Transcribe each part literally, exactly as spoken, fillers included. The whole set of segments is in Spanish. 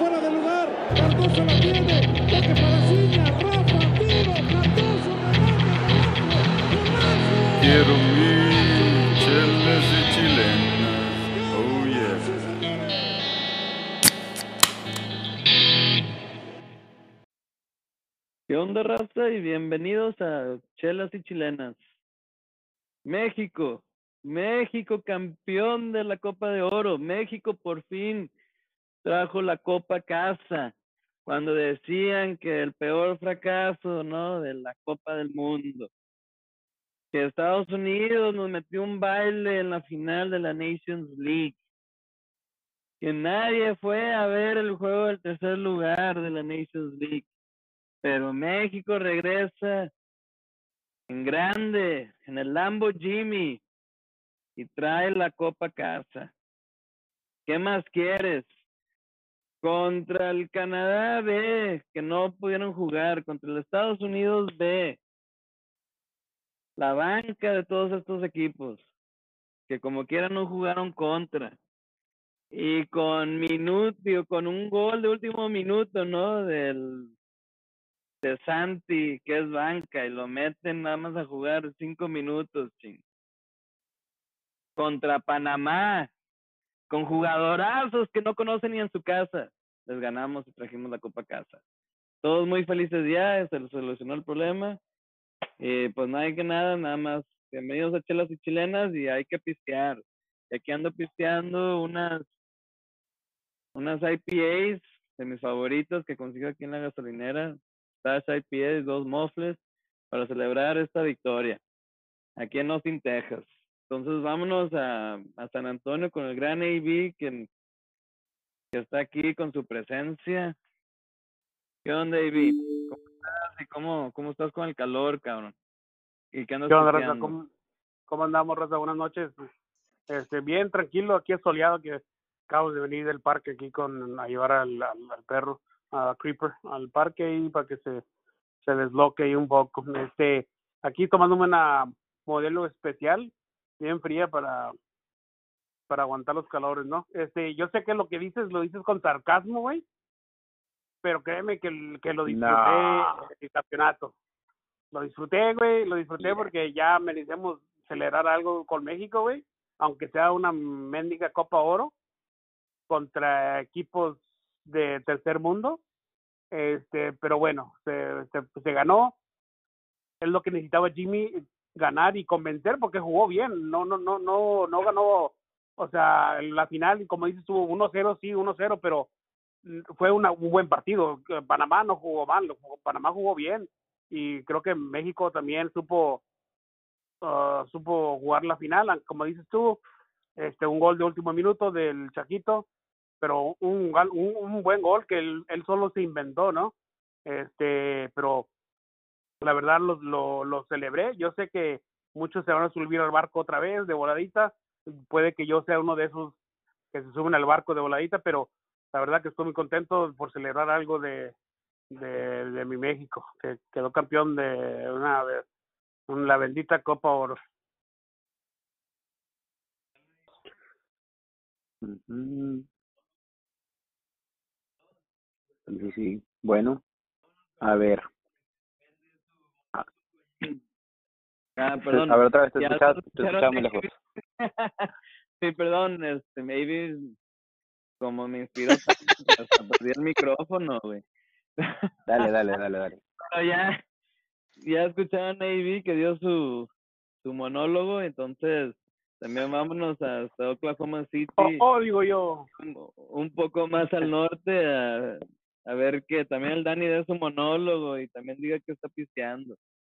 fuera de lugar. Cardoso la tiene. Toque para Ciña. Rafa, tiro. Cardoso, remate, golazo. Quiero mi chelas y chilenas. Oh yeah. ¿Qué onda, raza? Y bienvenidos a Chelas y Chilenas. México, México campeón de la Copa de Oro. México por fin trajo la Copa a casa. Cuando decían que el peor fracaso, ¿no?, de la Copa del Mundo. Que Estados Unidos nos metió un baile en la final de la Nations League. Que nadie fue a ver el juego del tercer lugar de la Nations League. Pero México regresa en grande, en el Lambo Jimmy, y trae la Copa a casa. ¿Qué más quieres? Contra el Canadá B, que no pudieron jugar, contra el Estados Unidos B, la banca de todos estos equipos, que como quiera no jugaron contra, y con minuto, con un gol de último minuto, ¿no?, del de Santi, que es banca, y lo meten nada más a jugar cinco minutos, ching. Contra Panamá, con jugadorazos que no conocen ni en su casa, les ganamos y trajimos la Copa a casa. Todos muy felices ya, se solucionó el problema. Y pues no hay que nada, nada más. Bienvenidos a Chelas y Chilenas y hay que pistear. Y aquí ando pisteando unas, unas I P As de mis favoritos que consigo aquí en la gasolinera. Stash I P As, dos mofles, para celebrar esta victoria. Aquí en Austin, Texas. Entonces vámonos a, a San Antonio con el gran A B que, que está aquí con su presencia. ¿Qué onda, A B? ¿Cómo estás y cómo, cómo estás con el calor, cabrón? ¿Y qué andas ¿Qué onda, Raza? pisteando? ¿Cómo, ¿Cómo andamos, Raza? Buenas noches. Este, bien, tranquilo, aquí es soleado, que acabo de venir del parque aquí con a llevar al, al, al perro, a Creeper, al parque y para que se, se desbloquee ahí un poco. Este, aquí tomándome una modelo especial, bien fría para para aguantar los calores, ¿no? Este, yo sé que lo que dices lo dices con sarcasmo, güey, pero créeme que, que lo disfruté No. el campeonato. Lo disfruté, güey, lo disfruté yeah. porque ya merecemos celebrar algo con México, güey, aunque sea una mendiga Copa Oro contra equipos de tercer mundo. Este, pero bueno, se, se, se ganó. Es lo que necesitaba Jimmy, ganar y convencer, porque jugó bien. No, no, no, no, no ganó. O sea, la final, como dices, tuvo uno cero, sí, uno cero, pero fue una, un buen partido. Panamá no jugó mal, Panamá jugó bien. Y creo que México también supo uh, supo jugar la final, como dices tú, este un gol de último minuto del Chaquito, pero un, un, un buen gol que él, él solo se inventó, ¿no? Este, pero la verdad lo, lo, lo celebré. Yo sé que muchos se van a subir al barco otra vez de voladita, puede que yo sea uno de esos que se suben al barco de voladita, pero la verdad que estoy muy contento por celebrar algo de de, de mi México, que quedó campeón de una de la bendita Copa Oro. Uh-huh. Sí, sí. Bueno, a ver. Ah, perdón. A ver, otra vez te escuchaba, te escuchaba muy lejos. Sí, perdón, este, maybe como me inspiró tanto, hasta perdí el micrófono, güey. Dale, dale, dale, dale. Pero ya, ya escucharon a A B que dio su, su monólogo, entonces también vámonos hasta Oklahoma City. Oh, oh digo yo. Un, un poco más al norte, a, a ver que también el Dani dé su monólogo y también diga que está pisteando.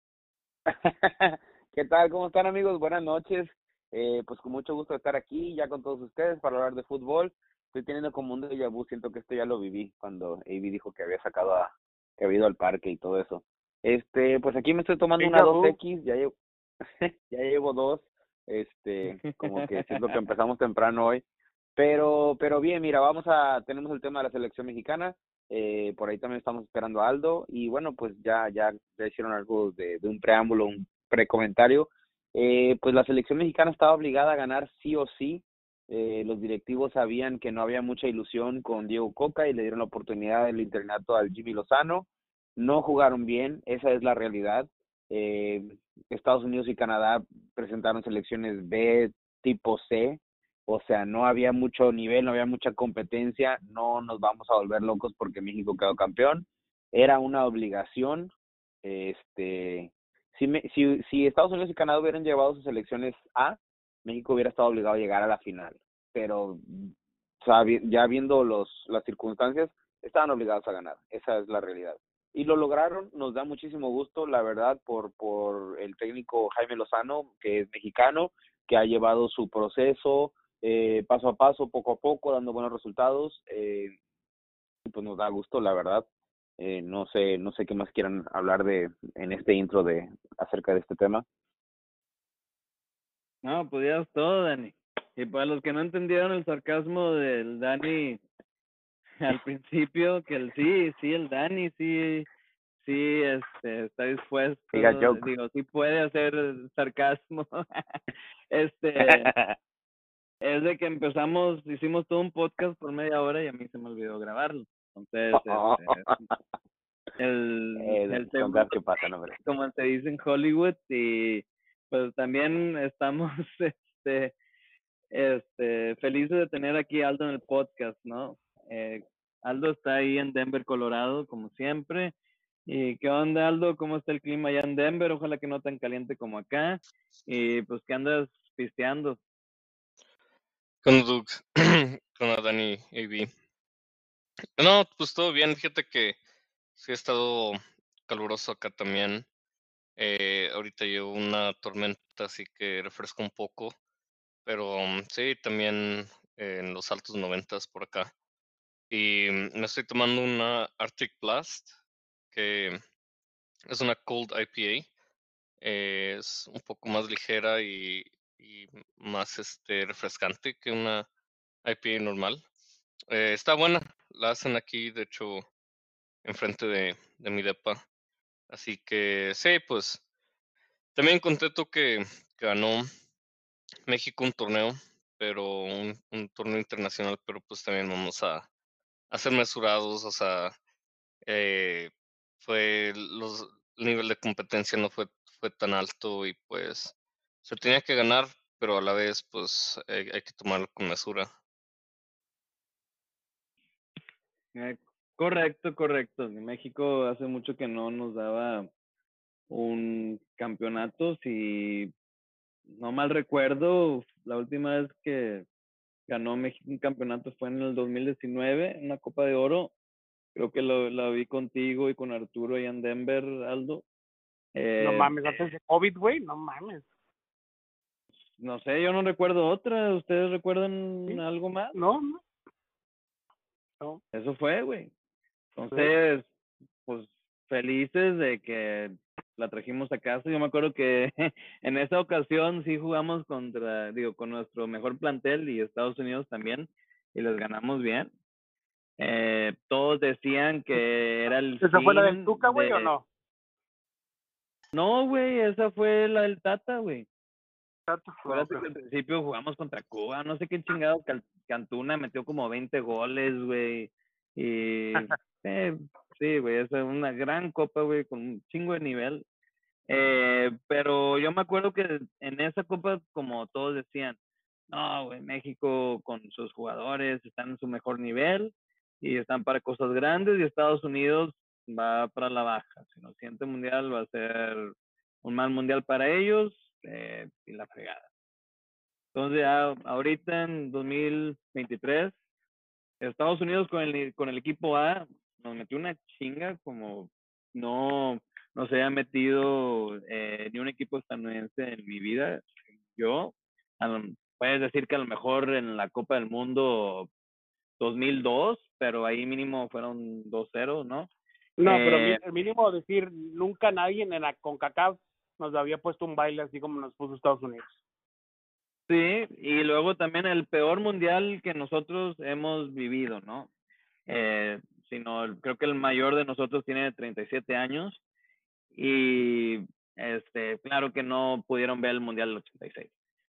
¿Qué tal? ¿Cómo están, amigos? Buenas noches. Eh, pues con mucho gusto estar aquí ya con todos ustedes para hablar de fútbol. Estoy teniendo como un déjà vu, siento que esto ya lo viví cuando A B dijo que había sacado a, que había ido al parque y todo eso. Este, pues aquí me estoy tomando una dos equis, ya llevo, ya llevo dos, este, como que siento que empezamos temprano hoy, pero, pero bien, mira, vamos a, tenemos el tema de la selección mexicana, eh, por ahí también estamos esperando a Aldo, y bueno, pues ya, ya, ya hicieron algo de, de un preámbulo, un precomentario. Eh, pues la selección mexicana estaba obligada a ganar sí o sí Eh, los directivos sabían que no había mucha ilusión con Diego Coca y le dieron la oportunidad del interinato al Jimmy Lozano. No jugaron bien, esa es la realidad. Eh, Estados Unidos y Canadá presentaron selecciones B tipo C, o sea, no había mucho nivel, no había mucha competencia, no nos vamos a volver locos porque México quedó campeón. Era una obligación. Este, si, me, si, si Estados Unidos y Canadá hubieran llevado sus selecciones A, México hubiera estado obligado a llegar a la final, pero sabi- ya viendo los las circunstancias, estaban obligados a ganar, esa es la realidad. Y lo lograron, nos da muchísimo gusto, la verdad, por, por el técnico Jaime Lozano, que es mexicano, que ha llevado su proceso eh, paso a paso, poco a poco, dando buenos resultados, eh, y pues nos da gusto, la verdad. Eh, no sé, no sé qué más quieran hablar de en este intro de acerca de este tema. No, pues ya es todo, Dani. Y para los que no entendieron el sarcasmo del Dani al principio, que el sí, sí, el Dani sí, sí, este, está dispuesto, Diga joke. digo, sí puede hacer sarcasmo. este, es de que empezamos, hicimos todo un podcast por media hora y a mí se me olvidó grabarlo. Entonces, este, el, eh, el son segundo, cosas que pasan, hombre. como se dice en Hollywood, y pues también estamos, este, este, felices de tener aquí a Aldo en el podcast, ¿no? Eh, Aldo está ahí en Denver, Colorado, como siempre. ¿Y qué onda, Aldo? ¿Cómo está el clima allá en Denver? Ojalá que no tan caliente como acá. Y pues, ¿qué andas pisteando? Con Dux, con Dani A B. No, pues todo bien. Fíjate que sí ha estado caluroso acá también. Eh, ahorita llevo una tormenta, así que refresca un poco. Pero um, sí, también eh, en los altos noventas por acá. Y mm, me estoy tomando una Arctic Blast, que es una cold I P A. Eh, es un poco más ligera y, y más este, refrescante que una I P A normal. Eh, está buena, la hacen aquí, de hecho, enfrente de, de mi depa. Así que sí, pues también contento que, que ganó México un torneo, pero un, un torneo internacional, pero pues también vamos a, a ser mesurados, o sea, eh, fue los, el nivel de competencia no fue, fue tan alto y pues se tenía que ganar, pero a la vez pues eh, hay que tomarlo con mesura. Eh, correcto, correcto. México hace mucho que no nos daba un campeonato. Si no mal recuerdo, la última vez que ganó México un campeonato fue en el dos mil diecinueve, una Copa de Oro. Creo que lo, la vi contigo y con Arturo allá en Denver, Aldo. Eh, No mames, antes de COVID, güey, no mames. No sé, yo no recuerdo otra. ¿Ustedes recuerdan ¿Sí? algo más? No, no. No. Eso fue, güey. Entonces, pues felices de que la trajimos a casa. Yo me acuerdo que en esa ocasión sí jugamos contra, digo, con nuestro mejor plantel y Estados Unidos también, y les ganamos bien. Eh, todos decían que era el ¿Esa fue la del fin Tuca, güey, de... o no? No, güey, esa fue la del Tata, güey. Tato. Acuérdate Ok. que al principio jugamos contra Cuba, no sé qué chingado, Cal- Cantuna metió como veinte goles, güey. Y eh, sí, güey, es una gran copa, güey, con un chingo de nivel. Eh, pero yo me acuerdo que en esa copa, como todos decían, no, güey, México con sus jugadores están en su mejor nivel y están para cosas grandes, y Estados Unidos va para la baja. Si no, el siguiente mundial va a ser un mal mundial para ellos, eh, y la fregada. Entonces, ya ahorita en dos mil veintitrés, Estados Unidos con el, con el equipo A nos metió una chinga como no, no se haya metido eh, ni un equipo estadounidense en mi vida. Yo, a lo- puedes decir que a lo mejor en la Copa del Mundo dos mil dos, pero ahí mínimo fueron dos cero, ¿no? No, pero mi- Eh, el mínimo decir, nunca nadie en la CONCACAF nos había puesto un baile así como nos puso Estados Unidos. Sí, y luego también el peor mundial que nosotros hemos vivido, ¿no? Eh, sino creo que el mayor de nosotros tiene treinta y siete años y este, claro que no pudieron ver el mundial del ochenta y seis.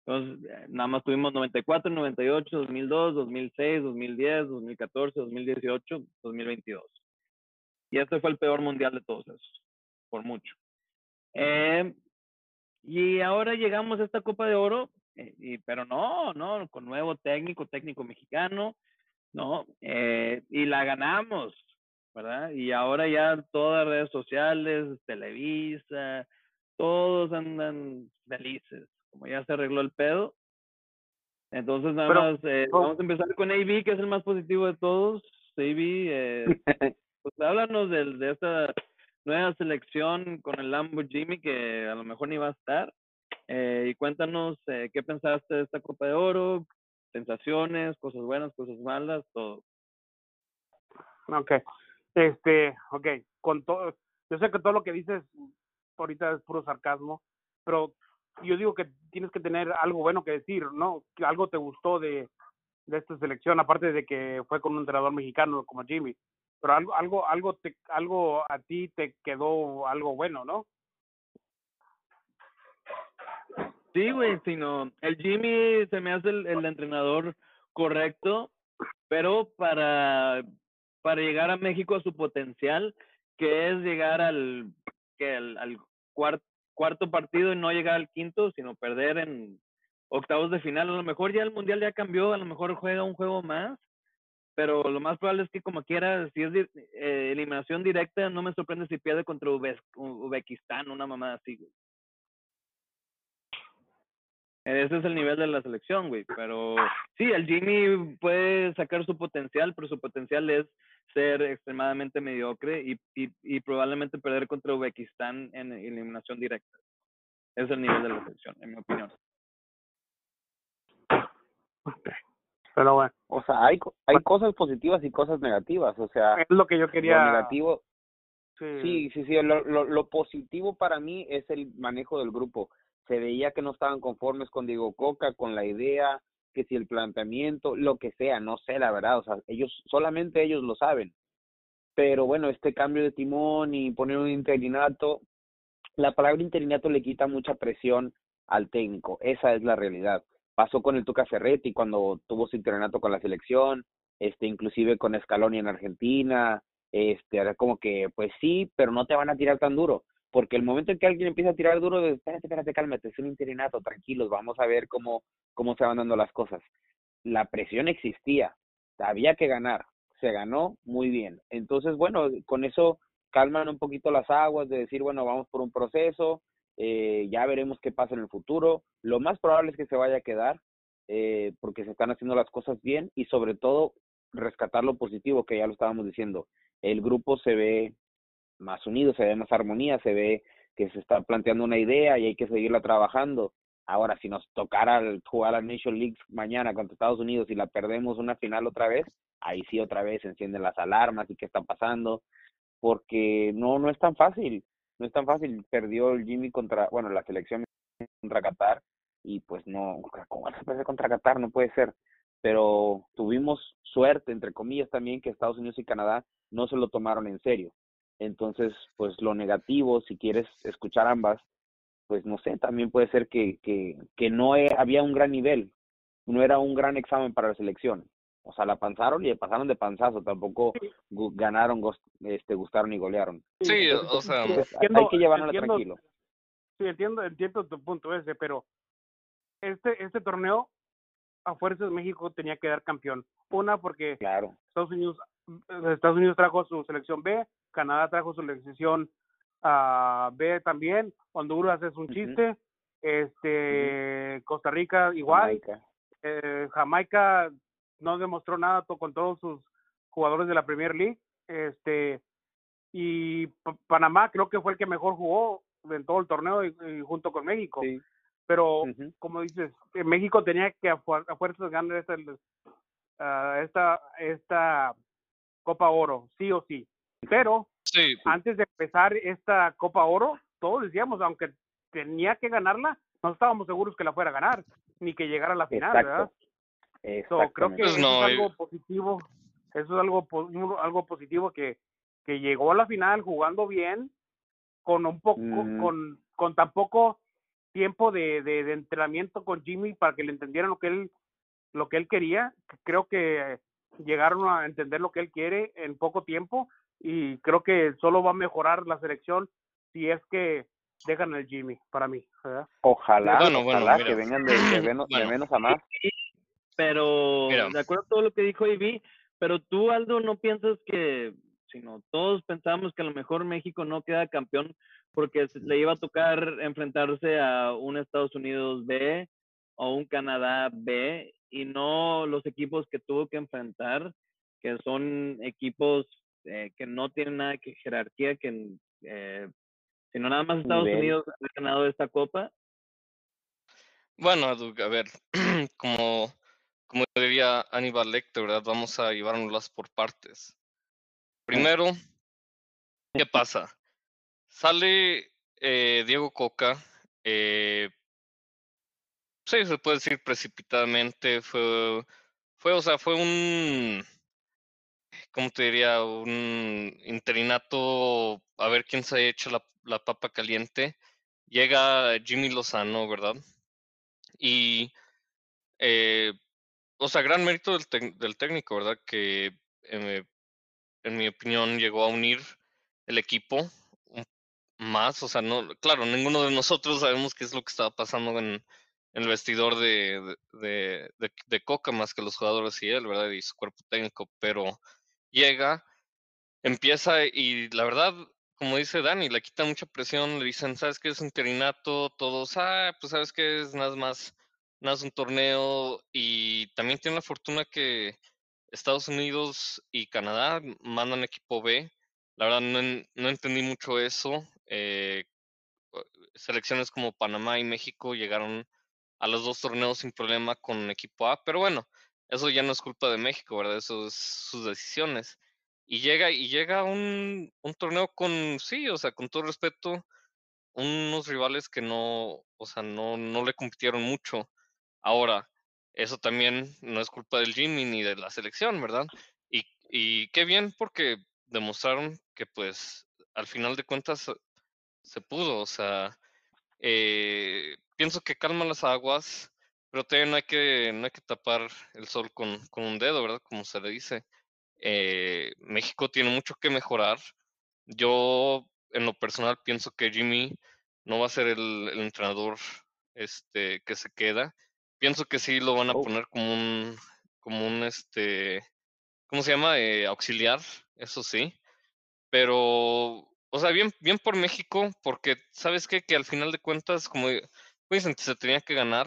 Entonces, eh, nada más tuvimos noventa y cuatro, noventa y ocho, dos mil dos, dos mil seis, dos mil diez, dos mil catorce, dos mil dieciocho, dos mil veintidós. Y este fue el peor mundial de todos esos, por mucho. Eh, y ahora llegamos a esta Copa de Oro, eh, y, pero no, no, con nuevo técnico, técnico mexicano, no, eh, y la ganamos, ¿verdad? Y ahora ya todas redes sociales, Televisa, todos andan felices, como ya se arregló el pedo. Entonces nada Pero, más, eh, oh, vamos a empezar con A B, que es el más positivo de todos. A B, eh, pues háblanos del- de, esta nueva selección con el Lambo Jimmy, que a lo mejor ni va a estar. Eh, y cuéntanos eh, qué pensaste de esta Copa de Oro, sensaciones, cosas buenas, cosas malas, todo. ok. Este, ok, con todo, yo sé que todo lo que dices ahorita es puro sarcasmo, pero yo digo que tienes que tener algo bueno que decir, ¿no? Que algo te gustó de, de esta selección, aparte de que fue con un entrenador mexicano como Jimmy, pero algo, algo, algo, te, algo a ti te quedó algo bueno, ¿no? Sí, güey, sino el Jimmy se me hace el, el entrenador correcto, pero para, para llegar a México a su potencial, que es llegar al, que al, al cuart, cuarto partido y no llegar al quinto, sino perder en octavos de final. A lo mejor ya el Mundial ya cambió, a lo mejor juega un juego más, pero lo más probable es que como quiera, si es di- eh, eliminación directa, no me sorprende si pierde contra Ube- Uzbekistán, una mamada así, güey. Ese es el nivel de la selección, güey. Pero sí, el Jimmy puede sacar su potencial, pero su potencial es ser extremadamente mediocre y, y, y probablemente perder contra Uzbekistán en eliminación directa. Ese es el nivel de la selección, en mi opinión. Pero bueno, O sea, hay co- hay cosas positivas y cosas negativas. O sea, es lo que yo lo quería. negativo, Sí, sí, sí, sí. Lo, lo, lo positivo para mí es el manejo del grupo. Se veía que no estaban conformes con Diego Coca, con la idea, que si el planteamiento, lo que sea, no sé, la verdad. O sea, ellos, solamente ellos lo saben. Pero bueno, este cambio de timón y poner un interinato, la palabra interinato le quita mucha presión al técnico, esa es la realidad. Pasó con el Tuca Ferretti cuando tuvo su interinato con la selección, este inclusive con Scaloni en Argentina, este era como que pues sí, pero no te van a tirar tan duro, porque el momento en que alguien empieza a tirar duro, de, espérate, espérate, cálmate, es un interinato, tranquilos, vamos a ver cómo cómo se van dando las cosas. La presión existía, había que ganar, se ganó muy bien. Entonces, bueno, con eso calman un poquito las aguas de decir, bueno, vamos por un proceso, eh, ya veremos qué pasa en el futuro. Lo más probable es que se vaya a quedar, eh, porque se están haciendo las cosas bien y sobre todo rescatar lo positivo, que ya lo estábamos diciendo. El grupo se ve más unido, se ve más armonía, se ve que se está planteando una idea y hay que seguirla trabajando. Ahora, si nos tocara jugar la Nation League mañana contra Estados Unidos y la perdemos una final otra vez, ahí sí otra vez se encienden las alarmas y qué está pasando, porque no no es tan fácil, no es tan fácil. Perdió el Jimmy contra, bueno, la selección contra Qatar y pues no, ¿cómo vas a perder contra Qatar? No puede ser. Pero tuvimos suerte, entre comillas, también que Estados Unidos y Canadá no se lo tomaron en serio. Entonces, pues lo negativo, si quieres escuchar ambas, pues no sé, también puede ser que, que, que no he, había un gran nivel, no era un gran examen para la selección. O sea, la panzaron y le pasaron de panzazo, tampoco gu- ganaron, este, gustaron y golearon. Sí, Entonces, o sea, pues, entiendo, hay que llevarlo entiendo, tranquilo. sí, entiendo, entiendo tu punto ese, pero este, este torneo a fuerzas México tenía que dar campeón. Una porque Claro. Estados Unidos, Estados Unidos trajo su selección B, Canadá trajo su selección uh, B también, Honduras es un Ujú. chiste, este Costa Rica igual, Jamaica. eh, Jamaica no demostró nada to- con todos sus jugadores de la Premier League, este y P- Panamá creo que fue el que mejor jugó en todo el torneo y, y junto con México. Sí. Pero Ujú. como dices, eh, México tenía que a, fu- a fuerzas ganar esta, uh, esta esta Copa Oro, sí o sí. Pero sí, antes de empezar esta Copa Oro, todos decíamos, aunque tenía que ganarla, no estábamos seguros que la fuera a ganar, ni que llegara a la final, ¿verdad? Exacto. So, creo que Pues eso no, es algo y- positivo, eso es algo po- un- algo positivo que, que llegó a la final jugando bien, con un poco, Mm. con, con tan poco tiempo de, de, de entrenamiento con Jimmy para que le entendieran lo que él lo que él quería. Creo que llegaron a entender lo que él quiere en poco tiempo y creo que solo va a mejorar la selección si es que dejan el Jimmy, para mí, ¿verdad? Ojalá, Bueno, bueno, ojalá mira. que vengan de, de, menos, de Bueno, menos a más. Pero mira, de acuerdo a todo lo que dijo Ivy, pero tú, Aldo, no piensas que, sino todos pensamos que a lo mejor México no queda campeón porque se- le iba a tocar enfrentarse a un Estados Unidos B o un Canadá B y no los equipos que tuvo que enfrentar, que son equipos eh, que no tienen nada que jerarquía, que eh, sino nada más Estados Nivel. Unidos ha ganado esta copa. bueno, Doug, a ver, como, como diría Aníbal Lecter, ¿verdad? Vamos a llevárnoslas por partes. Primero, ¿qué pasa? Sale eh, Diego Coca, eh, sí, se puede decir precipitadamente, fue, fue, o sea, fue un, ¿cómo te diría? Un interinato, a ver quién se echa la, la papa caliente. Llega Jimmy Lozano, ¿verdad? Y, eh, o sea, gran mérito del, tec- del técnico, ¿verdad? Que eh, en mi opinión llegó a unir el equipo un- más, o sea, no, claro, ninguno de nosotros sabemos qué es lo que estaba pasando en, en el vestidor de, de, de, de- de Coca más que los jugadores y él, ¿verdad? Y su cuerpo técnico, pero llega, empieza y la verdad, como dice Dani, le quita mucha presión, le dicen, ¿sabes qué es un interinato? Todos, ah, pues sabes qué es nada más, nada más un torneo y también tiene la fortuna que Estados Unidos y Canadá mandan equipo B. La verdad no, en- no entendí mucho eso. Eh, selecciones como Panamá y México llegaron a los dos torneos sin problema con equipo A, pero bueno, eso ya no es culpa de México, ¿verdad? Eso es sus decisiones. Y llega, y llega un, un torneo con, sí, o sea, con todo respeto, unos rivales que no, o sea, no, no le compitieron mucho. Ahora, eso también no es culpa del Jimmy ni de la selección, ¿verdad? Y, y qué bien porque demostraron que pues al final de cuentas se pudo, o sea, eh, pienso que calma las aguas, pero también no hay que, no hay que tapar el sol con, con un dedo, ¿verdad? Como se le dice. Eh, México tiene mucho que mejorar. Yo, en lo personal, pienso que Jimmy no va a ser el, el entrenador este, que se queda. Pienso que sí lo van a Oh, poner como un, como un, este, ¿cómo se llama? Eh, auxiliar, eso sí. Pero, o sea, bien, bien por México, porque, ¿sabes qué? Que al final de cuentas, como dicen, se tenía que ganar.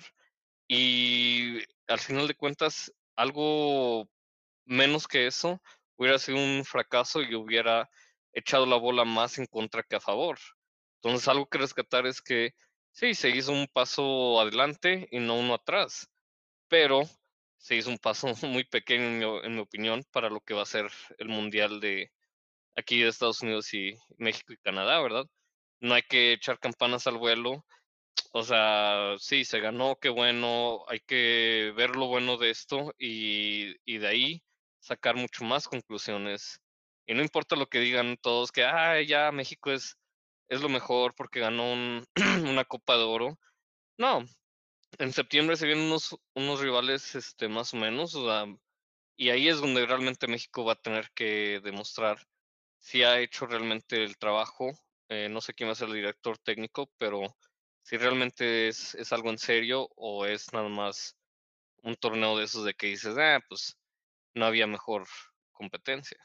Y al final de cuentas, algo menos que eso hubiera sido un fracaso y hubiera echado la bola más en contra que a favor. Entonces, algo que rescatar es que sí, se hizo un paso adelante y no uno atrás, pero se hizo un paso muy pequeño, en mi, en mi opinión, para lo que va a ser el Mundial de aquí de Estados Unidos y México y Canadá, ¿verdad? No hay que echar campanas al vuelo. O sea, sí, se ganó, qué bueno, hay que ver lo bueno de esto y, y de ahí sacar mucho más conclusiones. Y no importa lo que digan todos, que ah, ya México es, es lo mejor porque ganó un- una Copa de Oro. No, en septiembre se vienen unos, unos rivales este, más o menos, o sea, y ahí es donde realmente México va a tener que demostrar si ha hecho realmente el trabajo. Eh, no sé quién va a ser el director técnico, pero si realmente es, es algo en serio o es nada más un torneo de esos de que dices, ah, pues no había mejor competencia.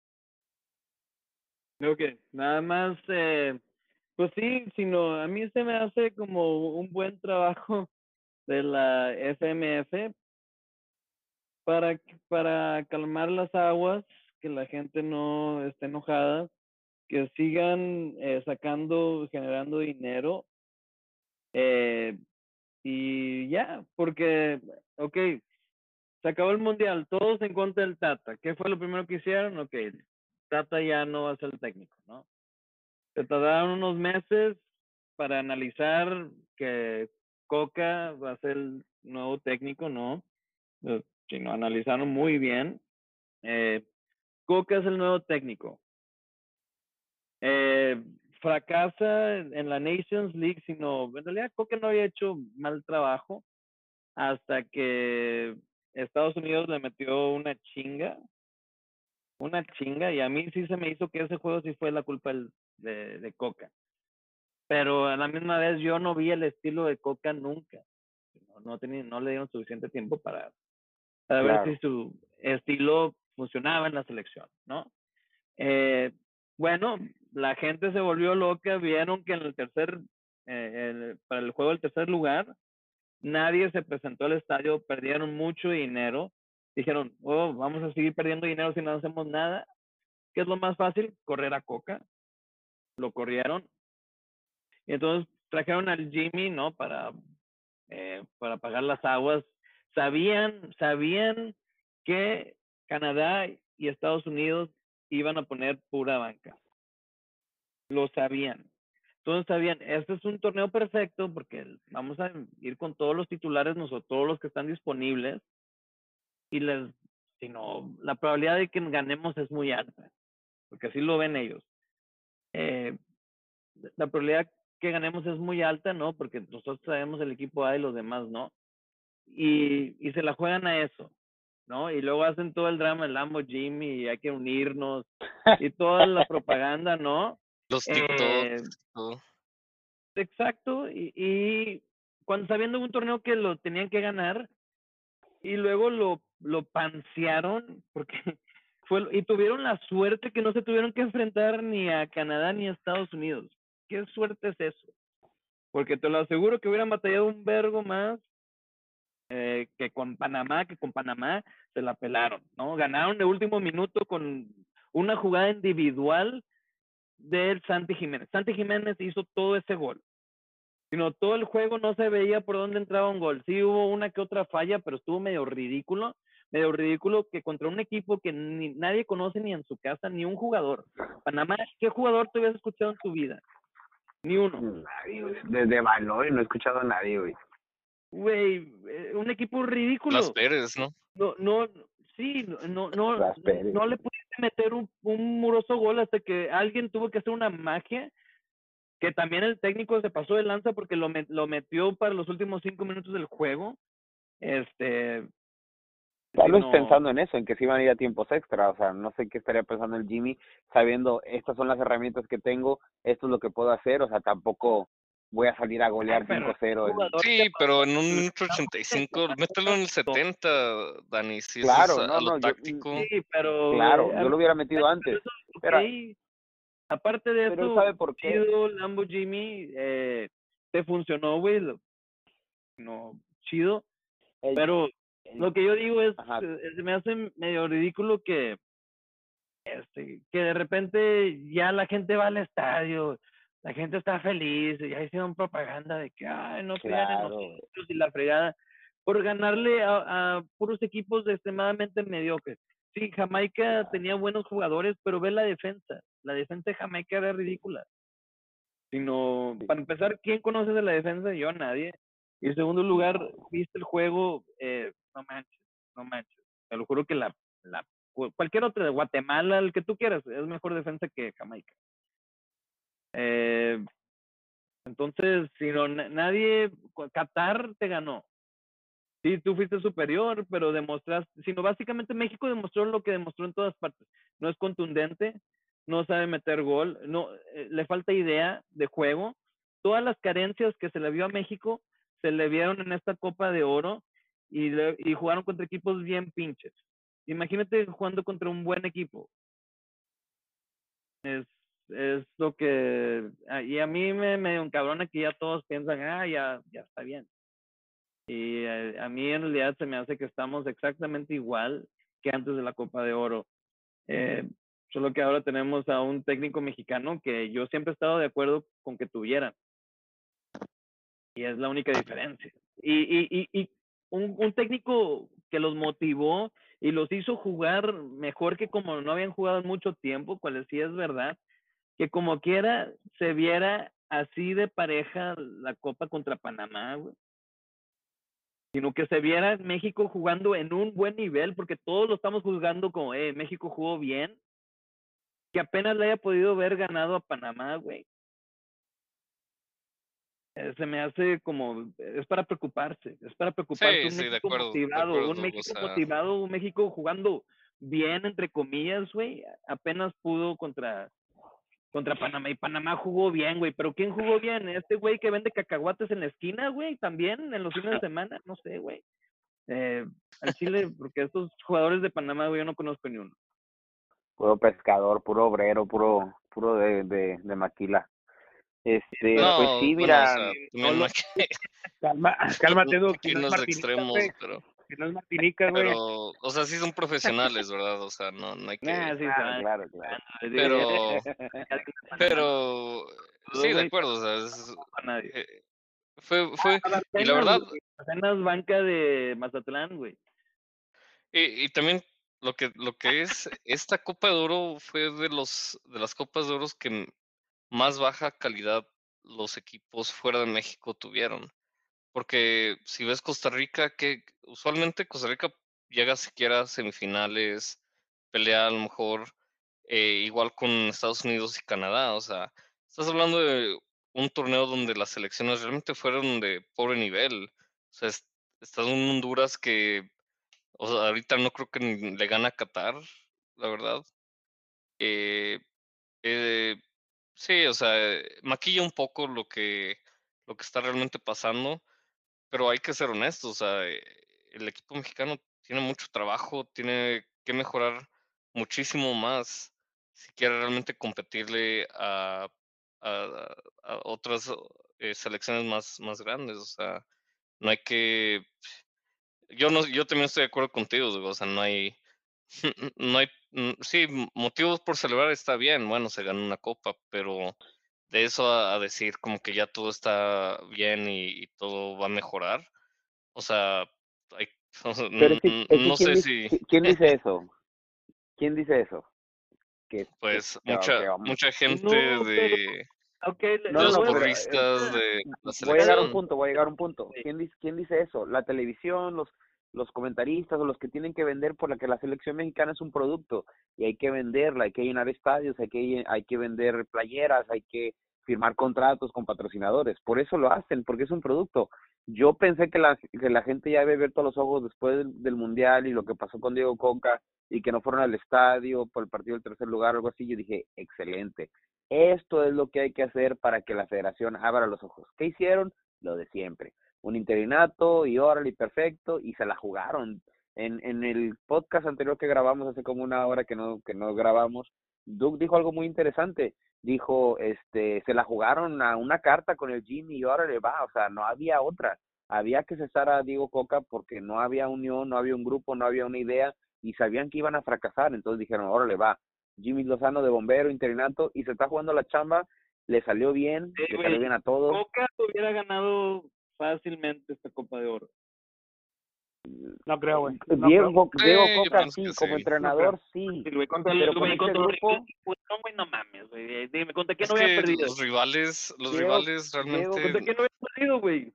Creo que nada más, eh, pues sí, sino a mí se me hace como un buen trabajo de la F M F para, para calmar las aguas, que la gente no esté enojada, que sigan eh, sacando, generando dinero eh, y ya, porque, ok, se acabó el mundial, todos en contra del Tata. ¿Qué fue lo primero que hicieron? Ok, Tata ya no va a ser el técnico, ¿no? Se tardaron unos meses para analizar que Coca va a ser el nuevo técnico, ¿no? Eh, Si lo analizaron muy bien. Eh, Coca es el nuevo técnico. Eh, fracasa en, en la Nations League, sino en realidad Coca no había hecho mal trabajo hasta que Estados Unidos le metió una chinga, una chinga, y a mí sí se me hizo que ese juego sí fue la culpa del- de, de Coca. Pero a la misma vez yo no vi el estilo de Coca nunca. No, no, tenía, no le dieron suficiente tiempo para, para ver Claro. si su estilo funcionaba en la selección, ¿no? Eh, bueno, la gente se volvió loca, vieron que en el tercer, eh, el- para el juego del tercer lugar, nadie se presentó al estadio, perdieron mucho dinero, dijeron, oh, vamos a seguir perdiendo dinero si no hacemos nada. ¿Qué es lo más fácil? Correr a Coca. Lo corrieron. Y entonces trajeron al Jimmy, ¿no? Para, eh, para apagar las aguas. Sabían, sabían que Canadá y Estados Unidos iban a poner pura banca. Lo sabían. Entonces sabían, este es un torneo perfecto porque vamos a ir con todos los titulares, nosotros, todos los que están disponibles, y les, si no, la probabilidad de que ganemos es muy alta, porque así lo ven ellos. Eh, la probabilidad que ganemos es muy alta, ¿no? Porque nosotros sabemos el equipo A y los demás, ¿no? Y, y se la juegan a eso, ¿no? Y luego hacen todo el drama, el Lambo Jimmy, y hay que unirnos, y toda la propaganda, ¿no? Los Eh, TikToks, todo. exacto, y, y cuando sabiendo un torneo que lo tenían que ganar, y luego lo, lo pansearon, porque fue, y tuvieron la suerte que no se tuvieron que enfrentar ni a Canadá ni a Estados Unidos. ¿Qué suerte es eso? Porque te lo aseguro que hubieran batallado un vergo más eh, que con Panamá, que con Panamá se la pelaron, ¿no? Ganaron de último minuto con una jugada individual del Santi Jiménez. Santi Jiménez hizo todo ese gol. Sino todo el juego no se veía por dónde entraba un gol. Sí hubo una que otra falla, pero estuvo medio ridículo, medio ridículo que contra un equipo que ni, nadie conoce ni en su casa, ni un jugador. Panamá, ¿qué jugador te habías escuchado en tu vida? Ni uno. Nadie, güey. Desde Baloy no he escuchado a nadie, güey. Güey, eh, un equipo Las ridículo. Pérez, ¿no? No, no, sí, no, no, Las no, Pérez. no le pudiste meter un, un muroso gol hasta que alguien tuvo que hacer una magia, que también el técnico se pasó de lanza porque lo, met, lo metió para los últimos cinco minutos del juego. Este, Tal vez sino, pensando en eso, en que se iban a ir a tiempos extra, o sea, no sé qué estaría pensando el Jimmy, sabiendo, estas son las herramientas que tengo, esto es lo que puedo hacer, o sea, tampoco voy a salir a golear pero cinco cero. En... jugador Sí, que pero en un pasó- minuto ochenta y cinco, mételo en el setenta, Dani, si eso Claro, es a, no, a lo no, yo- táctico. Sí, pero Claro, güey, a yo mí- lo hubiera metido antes, ok. pero, Aparte de pero eso, ¿sabe por qué? chido, Lambo Jimmy, eh, te funcionó, güey, lo- no, chido, El- pero el- lo que yo digo es, Ajá. eh, se me hace medio ridículo que, este, que de repente ya la gente va al estadio, la gente está feliz, ya hicieron propaganda de que, ay, no crean en Claro. nosotros y la fregada, por ganarle a, a puros equipos extremadamente mediocres. Sí, Jamaica tenía buenos jugadores, pero ve la defensa. La defensa de Jamaica era ridícula. Sino, Sí. para empezar, ¿quién conoce de la defensa? Yo, nadie. Y en segundo lugar, viste el juego, eh, no manches, no manches. Te lo juro que la, la cualquier otra de Guatemala, el que tú quieras, es mejor defensa que Jamaica. Eh, entonces, si no, nadie, Qatar te ganó. Sí, tú fuiste superior, pero demostraste, sino básicamente México demostró lo que demostró en todas partes. No es contundente, no sabe meter gol, no, eh, le falta idea de juego. Todas las carencias que se le vio a México se le vieron en esta Copa de Oro y, le, y jugaron contra equipos bien pinches. Imagínate jugando contra un buen equipo. Es, es lo que, y a mí me, me encabrona que ya todos piensan, ah, ya, ya está bien. Y eh, a mí en realidad se me hace que estamos exactamente igual que antes de la Copa de Oro. Eh, solo que ahora tenemos a un técnico mexicano que yo siempre he estado de acuerdo con que tuviera. Y es la única diferencia. Y, y, y, y un, un técnico que los motivó y los hizo jugar mejor que como no habían jugado en mucho tiempo, cual sí es verdad, que como quiera se viera así de pareja la Copa contra Panamá, güey. Sino que se viera México jugando en un buen nivel, porque todos lo estamos juzgando como, eh, México jugó bien, que apenas le haya podido ver ganado a Panamá, güey. eh, se me hace como, es para preocuparse, es para preocuparse Sí, un sí, de México acuerdo, de motivado, acuerdo, un o México sea, motivado, un México jugando bien, entre comillas, güey, apenas pudo contra, contra Panamá, y Panamá jugó bien, güey, pero ¿quién jugó bien? Este güey que vende cacahuates en la esquina, güey, también en los fines de semana, no sé, güey. Eh, al Chile, porque estos jugadores de Panamá, güey, yo no conozco ni uno. Puro pescador, puro obrero, puro puro de, de, de maquila. Este, Pero pues no, sí, bueno, o mira, sea, no también no lo, hay que, calma, cálmate, no hay Doug, que si no es irnos de Martinica, güey, extremos, pero, si no es Martinica, güey. pero, o sea, sí son profesionales, ¿verdad? O sea, no, no hay que, nah, sí, claro, saben, claro, claro. digo, ya pero, alguien de Panamá no pero, dudo, sí, de güey, acuerdo, o sea, es, a nadie. eh, fue, fue, A y la Barcenas, verdad, güey, Barcenas banca de Mazatlán, güey. y, y también lo que, lo que es, esta Copa de Oro fue de los, de las Copas de Oro que m- más baja calidad los equipos fuera de México tuvieron. Porque si ves Costa Rica, que usualmente Costa Rica llega siquiera a semifinales, pelea a lo mejor eh, igual con Estados Unidos y Canadá. O sea, estás hablando de un torneo donde las selecciones realmente fueron de pobre nivel. O sea, es- estás en un Honduras que, o sea, ahorita no creo que ni le gana a Qatar, la verdad. Eh, eh, sí, o sea, maquilla un poco lo que, lo que está realmente pasando. Pero hay que ser honestos, o sea, eh, el equipo mexicano tiene mucho trabajo, tiene que mejorar muchísimo más si quiere realmente competirle a, a- a otras eh, selecciones más, más grandes. O sea, no hay que. Yo no, yo también estoy de acuerdo contigo, digo, o sea, no hay, no hay, mm, sí, m- motivos por celebrar está bien, bueno, se ganó una copa, pero de eso a, a decir como que ya todo está bien y, y todo va a mejorar. O sea, hay o sea, Pero n es que, n es que no ¿quién sé dice, si, quién dice eso? ¿Quién dice eso? Que, que, pues, que, va- mucha que vamos. mucha gente No, pero, de ok, le, No, de le no, los no, voy a pero decir, eh, porristas ahorita, de la voy a llegar a un selección, punto, voy a llegar a un punto. güey, ¿Quién dice, quién dice eso? La televisión, los, los comentaristas o los que tienen que vender por la que la selección mexicana es un producto y hay que venderla, hay que llenar estadios, hay que, hay que vender playeras, hay que firmar contratos con patrocinadores. Por eso lo hacen, porque es un producto. Yo pensé que la, que la gente ya había abierto los ojos después del, del Mundial y lo que pasó con Diego Coca y que no fueron al estadio por el partido del tercer lugar o algo así. Yo dije, excelente. Esto es lo que hay que hacer para que la federación abra los ojos. ¿Qué hicieron? Lo de siempre. Un interinato y órale, perfecto, y se la jugaron. En, en el podcast anterior que grabamos hace como una hora que no, que no grabamos, Doug dijo algo muy interesante. Dijo, este, se la jugaron a una carta con el Jimmy y órale va, o sea, no había otra. Había que cesar a Diego Coca porque no había unión, no había un grupo, no había una idea y sabían que iban a fracasar. Entonces dijeron, órale va, Jimmy Lozano de bombero, interinato, y se está jugando la chamba, le salió bien, sí, le salió güey, bien a todos. Coca hubiera ganado fácilmente esta Copa de Oro. No creo, güey. No Diego, creo. Diego eh, yo Coca pienso sí, que como sí. entrenador No sí, Sí, güey, contra, el- pero con güey, este contra los grupo, rivales, pues, no, güey, no mames, güey, dime, ¿contra quién Es no hubiera que perdido? los rivales los Diego, rivales Diego, realmente ¿Contra quién no hubiera perdido, güey?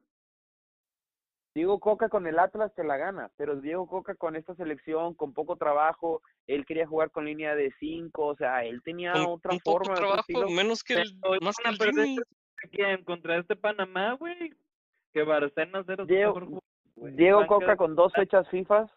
Diego Coca con el Atlas te la gana, pero Diego Coca con esta selección, con poco trabajo, él quería jugar con línea de cinco, o sea, él tenía con otra con poco forma, otro trabajo, estilo. menos que el Pero más que iban a el perder Jimmy. ¿contra quién? Contra este Panamá, güey, que Barcenas era su Diego, mejor jugador, güey, Diego banca Coca de- con dos fechas FIFA,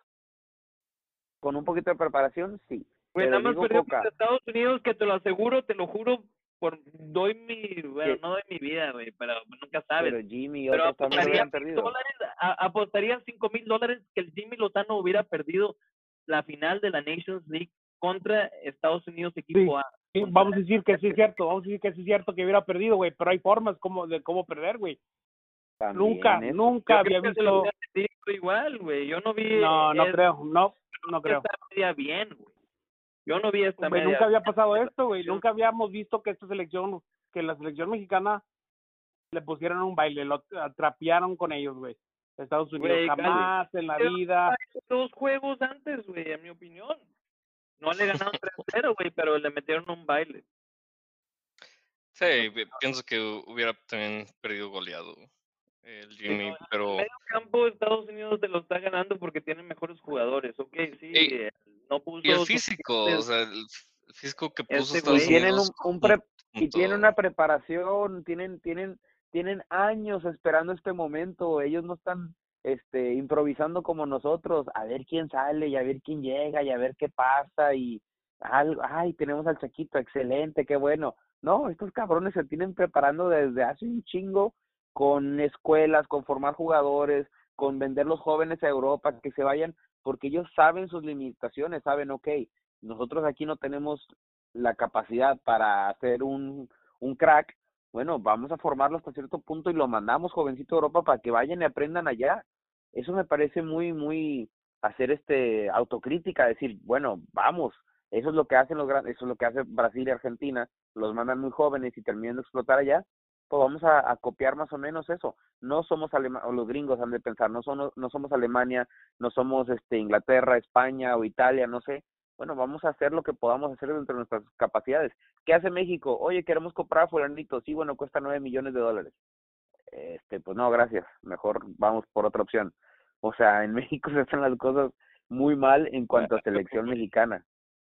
con un poquito de preparación, sí, güey, pero nada más Diego perdió Coca, contra Estados Unidos, que te lo aseguro, te lo juro, por doy mi, bueno, que, no doy mi vida, güey, pero nunca sabes. pero Jimmy y Pero otros también lo apostaría hubieran mil perdido. dólares, a- apostaría cinco mil dólares que el Jimmy Lozano hubiera perdido la final de la Nations League contra Estados Unidos Sí, equipo A. sí, Contra- vamos a decir que sí es cierto, vamos a decir que sí es cierto que hubiera perdido, güey, pero hay formas como de cómo perder, güey. También Nunca, eso. nunca Yo había creo que se lo visto, hubiera perdido igual, güey. Yo no vi no, no es- creo, no, no creo. esta media bien, güey. Yo no vi esta Güey, media nunca había bien. pasado esto, güey, nunca habíamos visto que esta selección, que la selección mexicana le pusieron un baile, lo atrapearon con ellos, güey. Estados Unidos, Güey, jamás en la vida. Dos juegos antes, güey, en mi opinión. No le ganaron tres cero, güey, pero le metieron un baile. Sí, pi pienso que hubiera también perdido goleado el Jimmy, En pero medio campo Estados Unidos te lo está ganando porque tiene mejores jugadores, ok, sí, y eh, no y el puso físico, o suficientes sea, el f el físico que puso este Y Estados güey. tienen Unidos un, un jun pre, y junto tienen una preparación, tienen, tienen, tienen años esperando este momento, ellos no están este improvisando como nosotros, a ver quién sale y a ver quién llega y a ver qué pasa y algo, ay, tenemos al Chaquito, excelente, qué bueno. No, estos cabrones se tienen preparando desde hace un chingo con escuelas, con formar jugadores, con vender los jóvenes a Europa, que se vayan, porque ellos saben sus limitaciones, saben, ok, nosotros aquí no tenemos la capacidad para hacer un, un crack, bueno, vamos a formarlo hasta cierto punto y lo mandamos jovencito a Europa para que vayan y aprendan allá. Eso me parece muy, muy hacer este autocrítica, decir, bueno, vamos, eso es lo que hacen los grandes, eso es lo que hace Brasil y Argentina, los mandan muy jóvenes y terminan de explotar allá, pues vamos a, a copiar más o menos eso. No somos Alemania, o los gringos han de pensar, no somos, no somos Alemania, no somos este Inglaterra, España o Italia, no sé. Bueno, vamos a hacer lo que podamos hacer dentro de nuestras capacidades. ¿Qué hace México? Oye, queremos comprar a fulanito, sí, bueno, cuesta nueve millones de dólares. Este, pues no, gracias, mejor vamos por otra opción. O sea, en México se hacen las cosas muy mal en cuanto a selección mexicana.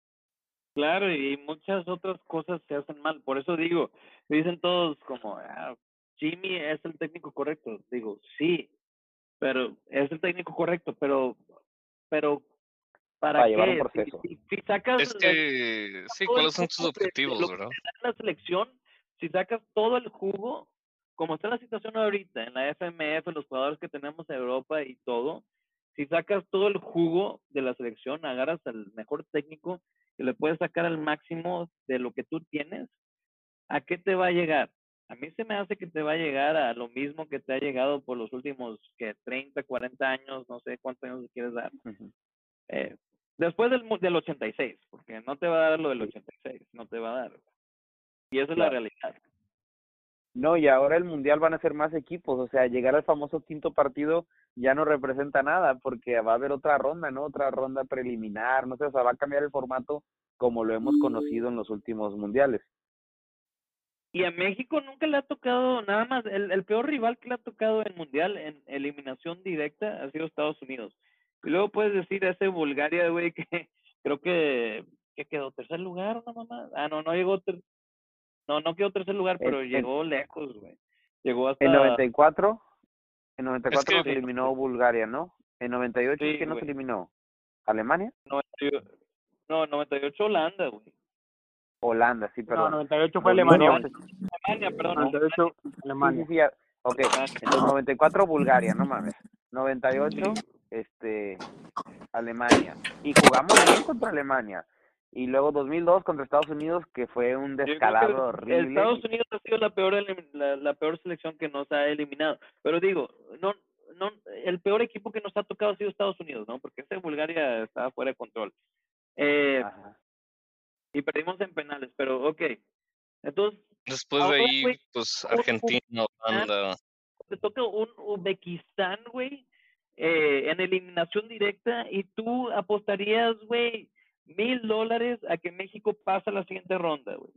Claro, y muchas otras cosas se hacen mal. Por eso digo, dicen todos como, ah, Jimmy es el técnico correcto. Digo, sí, pero es el técnico correcto, pero, pero ¿para Para llevar un qué? Si, proceso. si, si sacas Es el- que, sí, todo el ¿cuáles son tus jugo de, de objetivos, lo que verdad? te da la selección, si sacas todo el jugo, como está la situación ahorita en la F M F, los jugadores que tenemos en Europa y todo, si sacas todo el jugo de la selección, agarras al mejor técnico que le puedes sacar al máximo de lo que tú tienes, ¿a qué te va a llegar? A mí se me hace que te va a llegar a lo mismo que te ha llegado por los últimos que treinta, cuarenta años, no sé cuántos años le quieres dar. Uh-huh. Eh, después del, del ochenta y seis, porque no te va a dar lo del ochenta y seis, no te va a dar. Y esa es la Claro. realidad. No, y ahora el Mundial van a ser más equipos, o sea, llegar al famoso quinto partido ya no representa nada, porque va a haber otra ronda, ¿no? Otra ronda preliminar, no sé, o sea, va a cambiar el formato como lo hemos conocido en los últimos mundiales. Y a México nunca le ha tocado nada más, el, el peor rival que le ha tocado en Mundial en eliminación directa ha sido Estados Unidos. Y luego puedes decir ese Bulgaria, güey, que creo que, que quedó tercer lugar, ¿no, mamá? Ah, no, no llegó, ter, no, no quedó tercer lugar, En, pero en, llegó lejos, güey. Llegó en hasta... noventa y cuatro, en noventa y Es cuatro que, nos eliminó Bulgaria, ¿no? En noventa y ocho, Sí, ¿quién nos güey. eliminó? ¿Alemania? No, noventa y ocho Holanda, güey. Holanda, sí, No, perdón. noventa y ocho fue Alemania, dos mil dos, güey. Alemania, perdón. noventa y ocho, sí, sí, Alemania. sí, ya. Ok, entonces noventa y cuatro Bulgaria, no mames. noventa y ocho, este, Alemania. Y jugamos bien contra Alemania. Y luego dos mil dos contra Estados Unidos, que fue un Yo creo descalabro que horrible. Estados Unidos ha sido la peor elim- la, la peor selección que nos ha eliminado. Pero digo, no no el peor equipo que nos ha tocado ha sido Estados Unidos, ¿no? Porque ese Bulgaria estaba fuera de control. Eh, Ajá. y perdimos en penales, pero ok. Entonces, después de ahora, ahí, güey, pues, un Argentina, Holanda. te toca un Uzbekistán, güey, eh, en eliminación directa y tú apostarías, güey, mil dólares a que México pasa la siguiente ronda, güey.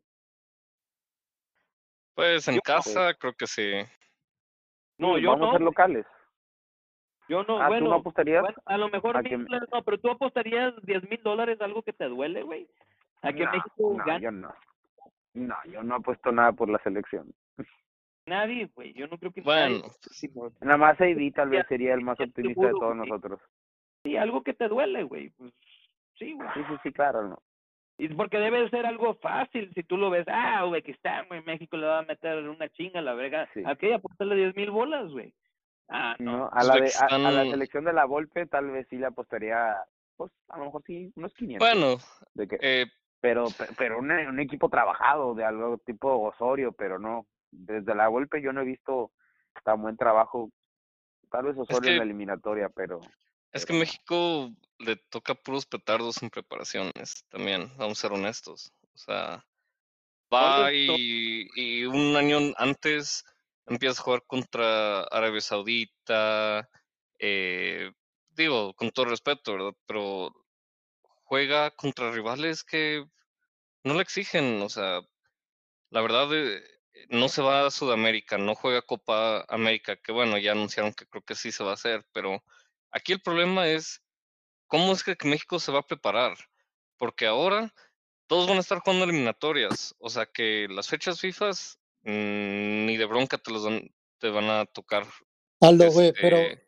Pues en Yo no. casa, creo que sí. No, Sí, yo vamos no, a ser güey. locales. Yo no, Ah, ¿tú no bueno, apostarías bueno, a lo mejor a mil que... dólares no, pero tú apostarías diez mil dólares, algo que te duele, güey, a que No, México no, gane. yo no. No, yo no apuesto nada por la selección. Nadie, güey, yo no creo que Bueno, nadie. pues, Nada más A D tal Ya, vez sería el más ya optimista de seguro, todos güey. nosotros. Sí, algo que te duele, güey, pues sí, güey. Sí, sí, sí, claro, no. Y porque debe de ser algo fácil si tú lo ves, ah, Uzbekistán, güey, México le va a meter una chinga, la verga. Sí. ¿A qué? Apostarle diez mil bolas, güey. Ah, no. No, a la de a, a la Uzbekistán, selección de la Volpe tal vez sí le apostaría, pues a lo mejor sí unos quinientos. bueno, De que, eh, pero pe- pero un, un equipo trabajado de algo tipo Osorio, pero no. Desde la Volpe yo no he visto tan buen trabajo. Tal vez es Osorio en la que, eliminatoria, pero es que pero no. México le toca puros petardos en preparaciones, también, vamos a ser honestos. O sea, No va les to- y, y un año antes empiezas a jugar contra Arabia Saudita, eh, digo, con todo respeto, ¿verdad? Pero juega contra rivales que no le exigen, o sea, la verdad, eh, no se va a Sudamérica, no juega Copa América, que bueno, ya anunciaron que creo que sí se va a hacer, pero aquí el problema es cómo es que México se va a preparar, porque ahora todos van a estar jugando eliminatorias, o sea que las fechas FIFA mm, ni de bronca te los dan, te van a tocar. Aldo, güey, pero, Este,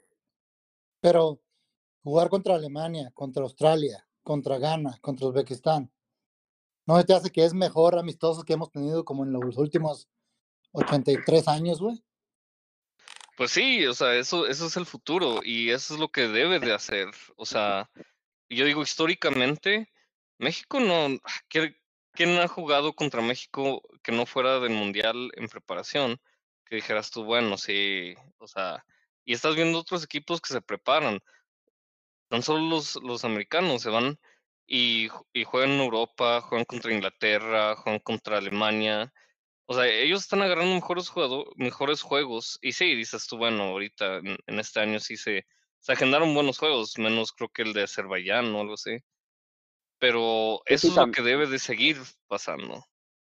pero jugar contra Alemania, contra Australia, contra Ghana, contra Uzbekistán, ¿no se te hace que es mejor amistoso que hemos tenido como en los últimos ochenta y tres años, güey? pues sí, o sea, eso, eso es el futuro y eso es lo que debe de hacer. O sea, yo digo históricamente, México no, ¿qué- ¿quién ha jugado contra México que no fuera del Mundial en preparación? Que dijeras tú, bueno, sí, o sea, y estás viendo otros equipos que se preparan. Tan solo los, los americanos se van y, ju- y juegan en Europa, juegan contra Inglaterra, juegan contra Alemania. O sea, ellos están agarrando mejores jugadores, mejores juegos. Y sí, dices tú, bueno, ahorita en, en este año sí se, se agendaron buenos juegos, menos creo que el de Azerbaiyán o algo así. Pero Pues eso sí, es lo tam- que debe de seguir pasando.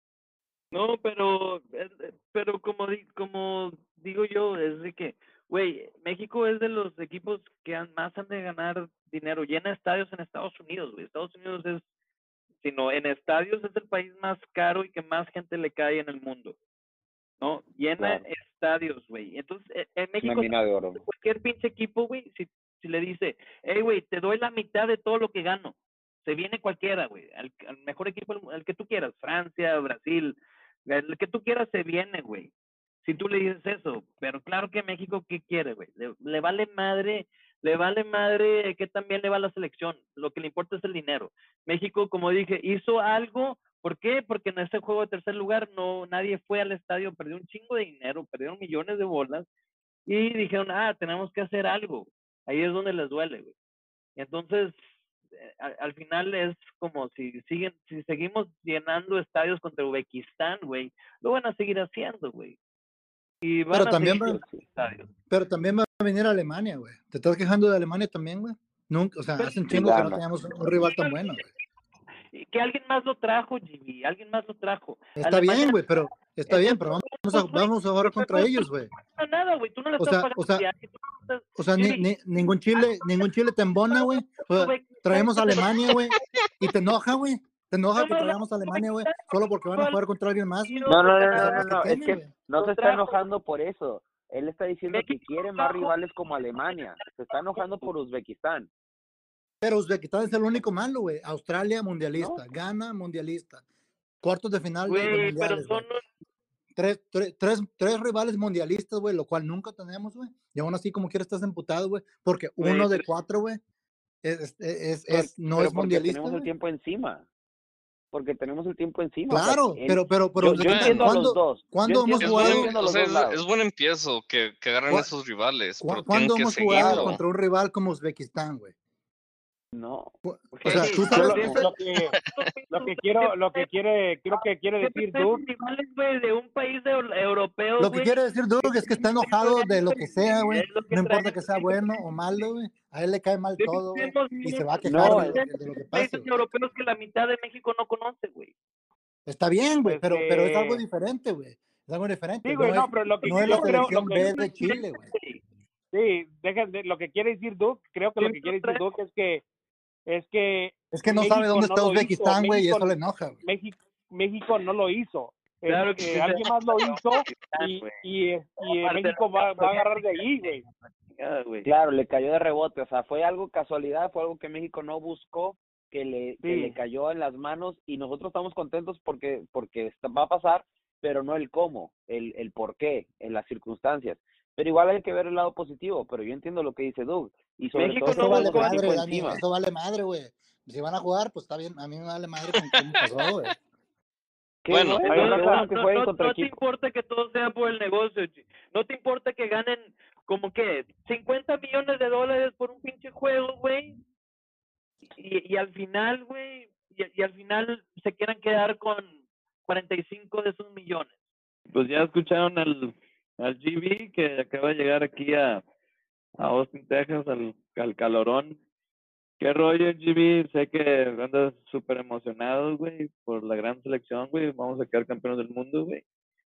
No, pero, eh, eh, pero como, di- como digo yo, es de que, güey, México es de los equipos que han- más han de ganar dinero. Llena estadios en Estados Unidos, güey. Estados Unidos es, sino en estadios es el país más caro y que más gente le cae en el mundo, ¿no? Llena claro, estadios, güey. Entonces, eh, en es una México, mina de oro. cualquier pinche equipo, güey, si, si le dice, hey, güey, te doy la mitad de todo lo que gano, se viene cualquiera, güey, al, al mejor equipo, el, el que tú quieras, Francia, Brasil, el que tú quieras se viene, güey. Si tú le dices eso, pero claro que México, ¿qué quiere, güey? Le, le vale madre, le vale madre que también le va a la selección. Lo que le importa es el dinero. México, como dije, hizo algo. ¿Por qué? Porque en ese juego de tercer lugar no nadie fue al estadio, perdió un chingo de dinero, perdieron millones de bolas y dijeron, ah, tenemos que hacer algo. Ahí es donde les duele, güey. Entonces, eh, al, al final es como si siguen, si seguimos llenando estadios contra Uzbekistán, güey, lo van a seguir haciendo, güey. Y van Pero a también seguir va, los estadios. pero también va a venir Alemania, güey. ¿Te estás quejando de Alemania también, güey? Nunca, o sea, Pero hace un Y chingo que no gana. teníamos un rival tan bueno, güey. que alguien más lo trajo, Jimmy, alguien más lo trajo. Está Alemania, bien, güey, pero está bien, pero vamos a, vamos a jugar contra ellos, güey. No nada, güey, tú no le O estás sea, pagando o sea, viaje, tú no estás- o sea, ni, Jimmy, ni- ningún Chile, ningún Chile te embona, güey. O sea, traemos a Alemania, güey, y te enoja, güey. Te enoja que traigamos a Alemania, güey, solo porque van a jugar contra alguien más, güey. No, no, no, O sea, no, no, ¿qué no, es tiene, que güey? no se Lo está trajo. enojando por eso. Él está diciendo que México quiere lo más trajo. rivales como Alemania. Se está enojando por Uzbekistán. Pero Uzbekistán es el único malo, güey. Australia, mundialista. ¿No? Ghana, mundialista. Cuartos de final de, de Güey, pero mundiales, son güey. Tres, tres, tres, tres rivales mundialistas, güey, lo cual nunca tenemos, güey. Y aún así, como quiera, estás emputado, güey. Porque Güey, uno de tres- cuatro, güey, es, es, es, Pero, es- no pero es porque mundialista, tenemos el güey. tiempo encima. Porque tenemos el tiempo encima. Claro, o sea, él- pero, pero, pero yo, yo Uzbekistán, entiendo a los ¿cuándo, dos. Yo ¿cuándo hemos entiendo, Es yo buen, jugado? entiendo a o los sea, dos es, lados. es buen empiezo que, que agarren ¿Cuá- esos rivales, ¿Cu- pero tienen ¿Cuándo que hemos jugado seguirlo. contra un rival como Uzbekistán, güey? No. Cu- Ok, O sea, tú yo sabes, Yo lo, siempre- lo que lo que quiero lo que quiere creo que quiere siempre decir tenemos Duke rivales, güey, de un país de- europeo, lo que güey. quiere decir Doug es que está enojado de lo que sea, güey. Es lo que No importa traemos. que sea bueno o malo, güey. A él le cae mal Siempre todo, güey. tenemos Y se va a quejar No, de, lo, que- de lo que pase, países güey. europeos que la mitad de México no conoce, güey. Está bien, güey, pero, pero es algo Este- diferente, güey. Es algo diferente. Sí, güey, no, no, es, pero lo que no es yo la creo- lo selección que B yo- de Chile, güey. Sí, dejen de, lo que quiere decir Duke, creo que lo que quiere decir Duke es que es que Es que no México sabe dónde no está lo hizo, Uzbekistán, güey, y México- eso le enoja, güey. México, México no lo hizo. Claro Este, que sí. alguien más lo hizo y, güey. y, y Aparte, México va, va a agarrar de ahí, güey. Ya, güey. Claro, le cayó de rebote. O sea, fue algo casualidad, fue algo que México no buscó, que le, que Sí. le cayó en las manos y nosotros estamos contentos porque porque está- va a pasar, pero no el cómo, el, el por qué, en las circunstancias. Pero igual hay que ver el lado positivo, pero yo entiendo lo que dice Doug. Y sobre México todo Eso no vale tenemos el madre, tiempo Dani, encima. eso vale madre, güey. Si van a jugar, pues está bien. A mí me vale madre con cómo pasó, güey. Qué Bueno, bueno, Ahí qué está. bueno que no, jueguen no, contra no te equipos. importa que todo sea por el negocio, chi- no te importa que ganen como que cincuenta millones de dólares por un pinche juego, güey, y, y al final, güey, y, y al final se quieran quedar con cuarenta y cinco de esos millones. Pues ya escucharon al, al G B que acaba de llegar aquí a, a Austin, Texas, al, al calorón. ¿Qué rollo, G B? Sé que andas súper emocionado, güey, por la gran selección, güey. Vamos a quedar campeones del mundo, güey.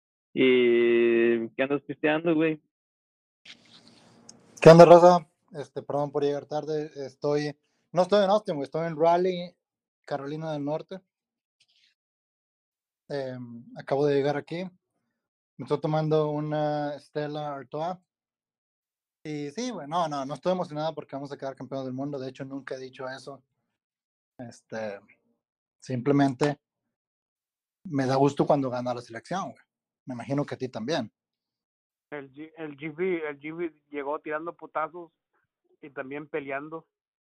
¿Y qué andas pisteando, güey? ¿Qué onda, raza? Este, perdón por llegar tarde. Estoy, no estoy en Austin, güey. Estoy en Raleigh, Carolina del Norte. Eh, acabo de llegar aquí. Me estoy tomando una Stella Artois. Y sí, güey, no, no, no estoy emocionado porque vamos a quedar campeones del mundo. De hecho, nunca he dicho eso. Este, simplemente me da gusto cuando gana la selección, güey. Me imagino que a ti también. El, G- el G B, el G B llegó tirando putazos y también peleando.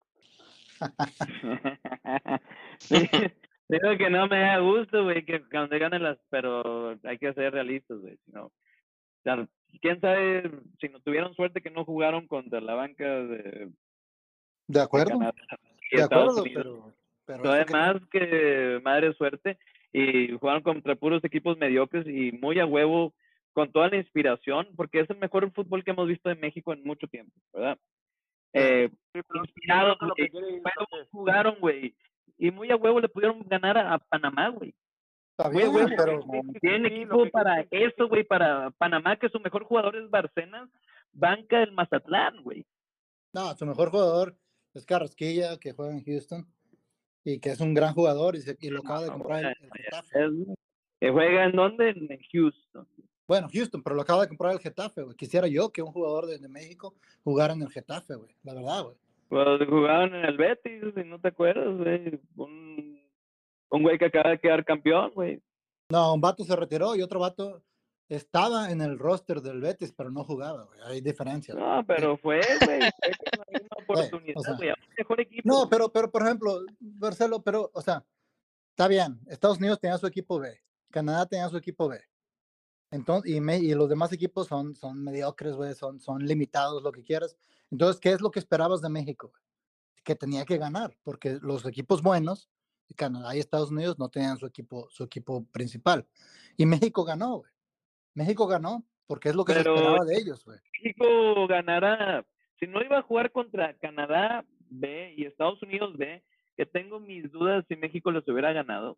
Sí, digo que no me da gusto, güey, que cuando ganen las, pero hay que ser realistas, güey, si no, o sea, quién sabe si no tuvieron suerte que no jugaron contra la banca de, De de acuerdo, Canadá y de Estados acuerdo, Unidos. pero, pero Fue eso que más que madre suerte y jugaron contra puros equipos mediocres y muy a huevo con toda la inspiración, porque es el mejor fútbol que hemos visto en México en mucho tiempo, ¿verdad? Eh, Sí, pero yo inspirados, creo que lo güey. que quiere Fue lo como que- jugaron, güey. Y muy a huevo le pudieron ganar a, a Panamá, güey. está Muy a bien, huevo. pero sí, sí, Tienen sí, lo equipo que para quiere- eso, güey, para Panamá, que su mejor jugador es Barcenas, banca del Mazatlán, güey. no, su mejor jugador es Carrasquilla, que juega en Houston y que es un gran jugador y, se- y lo acaba de No, comprar el, güey, el Getafe. es- que juega en dónde? En Houston. Bueno, Houston, pero lo acaba de comprar el Getafe, güey. Quisiera yo que un jugador de, de México jugara en el Getafe, güey. La verdad, güey. Pues jugaban en el Betis, si no te acuerdas, güey. Un, un güey que acaba de quedar campeón, güey. No, un vato se retiró y otro vato estaba en el roster del Betis, pero no jugaba, güey. Hay diferencias. No, pero fue, güey, fue con la misma Eh, oportunidad, o sea, güey. A un mejor equipo. no, güey. pero, pero, por ejemplo, Marcelo, pero, o sea, está bien. Estados Unidos tenía su equipo B. Canadá tenía su equipo B. Entonces, y, me, y los demás equipos son, son mediocres, güey, son, son limitados, lo que quieras. Entonces, ¿qué es lo que esperabas de México? Que tenía que ganar, porque los equipos buenos, Canadá y Estados Unidos, no tenían su equipo, su equipo principal. Y México ganó, güey. México ganó porque es lo que se Pero esperaba de ellos, güey. México ganara, si no iba a jugar contra Canadá B y Estados Unidos B, que tengo mis dudas si México les hubiera ganado.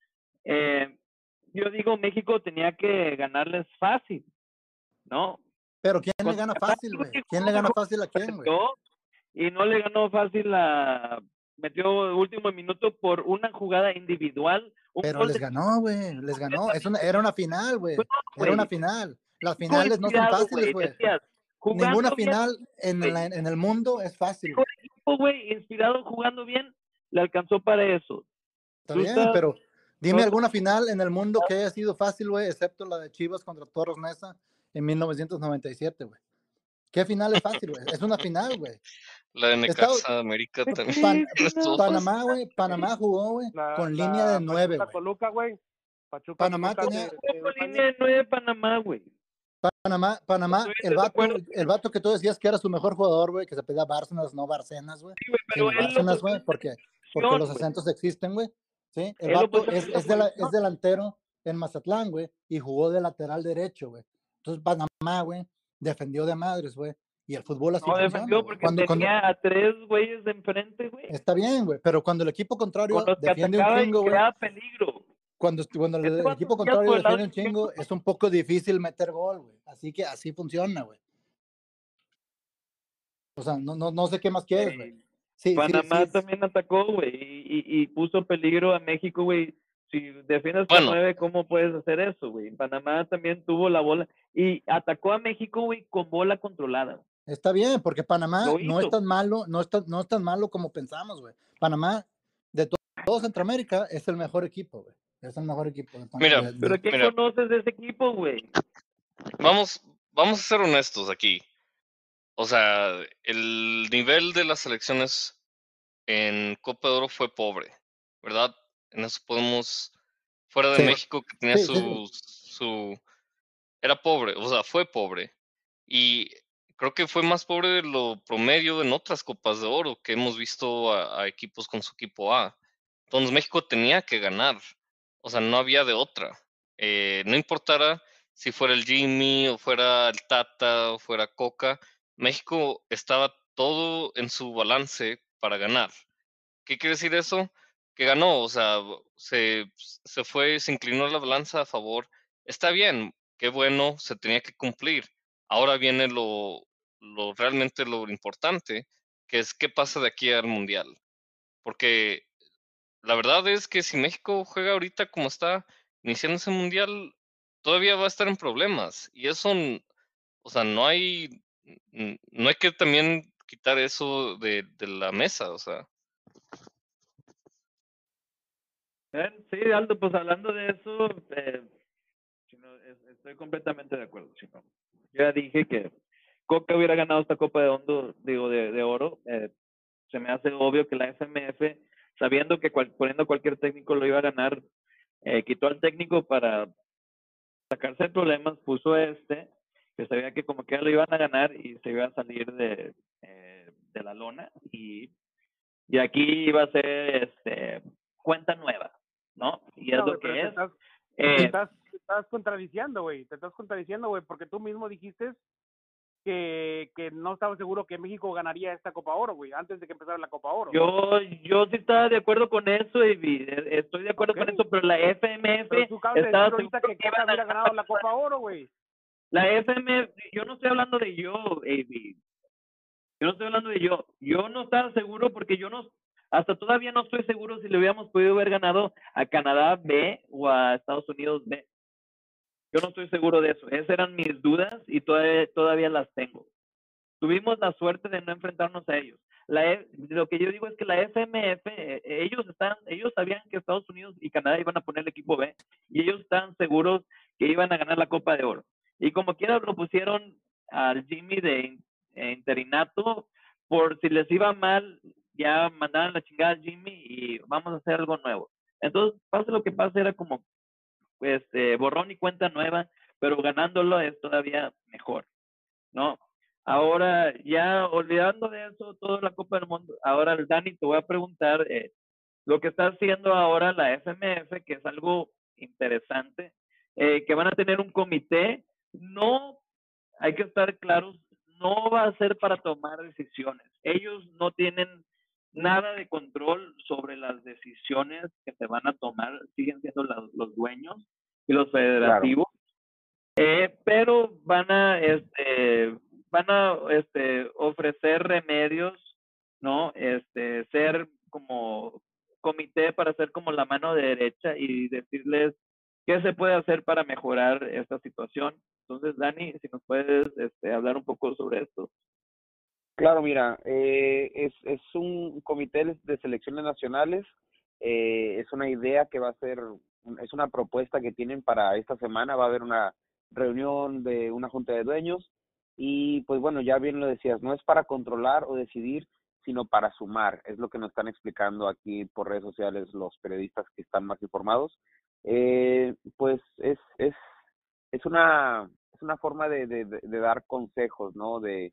Eh, yo digo, México tenía que ganarles fácil, ¿no? Pero ¿quién le Contra gana Canadá, fácil, güey, güey? ¿Quién jugó le gana mejor, fácil a quién, güey? perdió, y no le ganó fácil la metió último minuto por una jugada individual, un Pero gol les de ganó, güey. Les ganó. Es una, era una final, güey. no, Era una güey. final. Las México finales no son inspirado, fáciles, güey, güey. decías, Ninguna jugando bien, final en, güey. la- en el mundo es fácil, Mejor güey. equipo, güey, inspirado jugando bien, le alcanzó para eso. Está Tú bien, estás pero dime otro alguna final en el mundo que haya sido fácil, güey, excepto la de Chivas contra Toros Neza en mil novecientos noventa y siete, güey. ¿Qué final es fácil, güey? Es una final, güey. La de Estado, Necaxa América también Pan- estuvo fácil. Panamá, güey, Panamá jugó, güey, la, con línea de la nueve, Pachuca güey. Toluca, güey. Pachuca Panamá Toluca tenía, de, de con dos línea años. de nueve de Panamá, güey. Panamá, Panamá, Estoy el de acuerdo, vato, el vato que tú decías que era su mejor jugador, güey, que se pedía Bárcenas, no Barcenas, güey. sí, güey, pero Sino él lo Bárcenas, puso güey, en porque, porque los posición, güey. acentos existen, güey. Sí, el Él lo vato puso es, en la es, de la- posición. es delantero en Mazatlán, güey, y jugó de lateral derecho, güey. Entonces Panamá, güey, defendió de madres, güey. Y el fútbol así No funciona, defendió güey. porque Cuando, cuando, tenía a tres güeyes de enfrente, güey, está bien, güey, pero cuando el equipo con contrario los que defiende un atacaba y chingo, güey, creaba peligro. cuando, cuando el, Este el vato equipo venía contrario por el lado defiende un chingo, izquierdo. es un poco difícil meter gol, güey. Así que así funciona, güey. O sea, no, no, no sé qué más quieres, güey. Güey. Sí, sí, Panamá sí. también atacó, güey, y, y, y puso peligro a México, güey. Si defiendes con Bueno, nueve, ¿cómo puedes hacer eso, güey? Panamá también tuvo la bola y atacó a México, güey, con bola controlada. Está bien, porque Panamá Lo no es hizo. tan malo, no es tan, no es tan malo como pensamos, güey. Panamá, de to- todo Centroamérica, es el mejor equipo, güey. Es el mejor equipo. De, mira, de- de- Pero ¿qué mira, conoces de ese equipo, güey? vamos, vamos a ser honestos aquí. O sea, el nivel de las selecciones en Copa de Oro fue pobre, ¿verdad? En eso podemos, fuera de sí, México que tenía sí, sí, sí. su, su, era pobre, o sea, fue pobre. Y creo que fue más pobre de lo promedio en otras Copas de Oro que hemos visto a, a equipos con su equipo A. Entonces México tenía que ganar, o sea, no había de otra. Eh, no importara si fuera el Jimmy o fuera el Tata o fuera Coca, México estaba todo en su balance para ganar. ¿Qué quiere decir eso? Que ganó, o sea, se, se fue, se inclinó la balanza a favor. Está bien, qué bueno, se tenía que cumplir. Ahora viene lo, lo realmente lo importante, que es qué pasa de aquí al Mundial. Porque la verdad es que si México juega ahorita como está iniciando ese Mundial, todavía va a estar en problemas. Y eso, n- o sea, no hay, n- no hay que también quitar eso de, de la mesa, o sea. Eh, Sí, Aldo, pues hablando de eso, eh, Chino, es- estoy completamente de acuerdo, Chino. Ya dije que Coca hubiera ganado esta Copa de Hondo, digo, de, de oro. Eh, se me hace obvio que la F M F, sabiendo que cual- poniendo cualquier técnico lo iba a ganar, eh, quitó al técnico para sacarse de problemas, puso este, que sabía que como que lo iban a ganar y se iba a salir de, eh, de la lona. Y, y aquí iba a ser este, cuenta nueva, ¿no? Y es No, lo güey, pero que te es. estás, te Eh, estás, te estás contradiciendo, güey. Te estás contradiciendo, güey, porque tú mismo dijiste que, que no estaba seguro que México ganaría esta Copa Oro, güey, antes de que empezara la Copa Oro. Yo, yo sí estaba de acuerdo con eso, Evi, e- estoy de acuerdo Ok. con eso, pero la Pero F M F tú acabas de estaba decir seguro ahorita que que Coca iban a hubiera ganar ganado la Copa Oro, güey. la F M F. Yo no estoy hablando de yo, Evi, yo no estoy hablando de yo. Yo no estaba seguro porque yo no, hasta todavía no estoy seguro si le hubiéramos podido haber ganado a Canadá B o a Estados Unidos B. Yo no estoy seguro de eso. Esas eran mis dudas y todavía, todavía las tengo. Tuvimos la suerte de no enfrentarnos a ellos. La, E- lo que yo digo es que la F M F, eh, ellos están, ellos sabían que Estados Unidos y Canadá iban a poner el equipo B y ellos estaban seguros que iban a ganar la Copa de Oro. Y como quiera lo pusieron al Jimmy de in- eh, interinato por si les iba mal, ya mandaban la chingada al Jimmy y vamos a hacer algo nuevo. Entonces, pase lo que pase, era como este, borrón y cuenta nueva, pero ganándolo es todavía mejor. ¿No? Ahora, ya olvidando de eso, toda la Copa del Mundo, ahora Dani, te voy a preguntar eh, lo que está haciendo ahora la F M F, que es algo interesante, eh, que van a tener un comité, no, hay que estar claros, no va a ser para tomar decisiones. Ellos no tienen nada de control sobre las decisiones que se van a tomar, siguen siendo los, los dueños y los Claro. federativos. Eh, pero van a, este, van a, este, ofrecer remedios, ¿no? Este, ser como comité para ser como la mano derecha y decirles qué se puede hacer para mejorar esta situación. Entonces, Dani, si nos puedes, este, hablar un poco sobre esto. Claro, mira, eh, es, es un comité de de selecciones nacionales, eh, es una idea que va a ser, es una propuesta que tienen para esta semana, va a haber una reunión de una junta de dueños y pues bueno, ya bien lo decías, no es para controlar o decidir, sino para sumar, es lo que nos están explicando aquí por redes sociales los periodistas que están más informados. Eh, pues es, es, es una, es una forma de, de, de de dar consejos, ¿no? De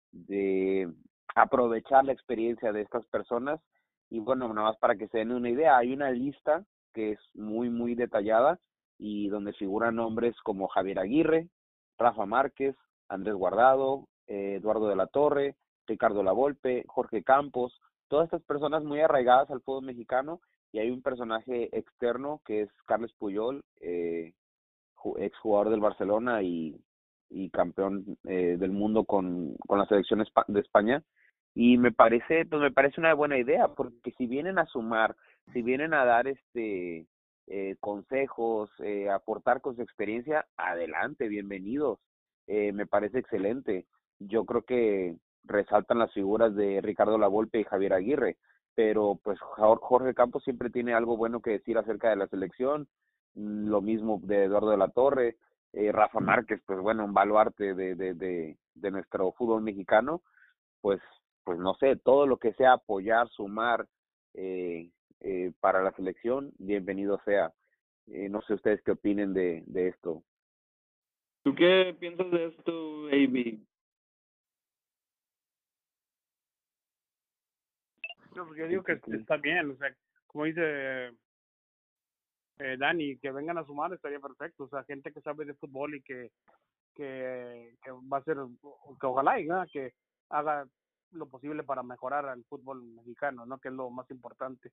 de aprovechar la experiencia de estas personas y bueno, nada más para que se den una idea, hay una lista que es muy muy detallada y donde figuran nombres como Javier Aguirre, Rafa Márquez, Andrés Guardado, eh, Eduardo de la Torre, Ricardo Lavolpe, Jorge Campos, todas estas personas muy arraigadas al fútbol mexicano y hay un personaje externo que es Carles Puyol, eh, exjugador del Barcelona y, y campeón eh, del mundo con, con la selección de España. Y me parece, pues me parece una buena idea, porque si vienen a sumar, si vienen a dar este eh, consejos, eh, aportar con su experiencia, adelante, bienvenidos. Eh, me parece excelente. Yo creo que resaltan las figuras de Ricardo Lavolpe y Javier Aguirre, pero pues Jorge Campos siempre tiene algo bueno que decir acerca de la selección, lo mismo de Eduardo de la Torre, eh, Rafa Márquez, pues bueno, un baluarte de, de, de, de nuestro fútbol mexicano, pues, pues no sé, todo lo que sea apoyar, sumar eh, eh, para la selección, bienvenido sea. Eh, no sé ustedes qué opinen de, de esto. ¿Tú qué piensas de esto, A B? No, pues yo digo que está bien, o sea, como dice eh, Dani, que vengan a sumar estaría perfecto, o sea, gente que sabe de fútbol y que que, que va a ser, que ojalá y ¿no? que haga lo posible para mejorar al fútbol mexicano, ¿no? Que es lo más importante.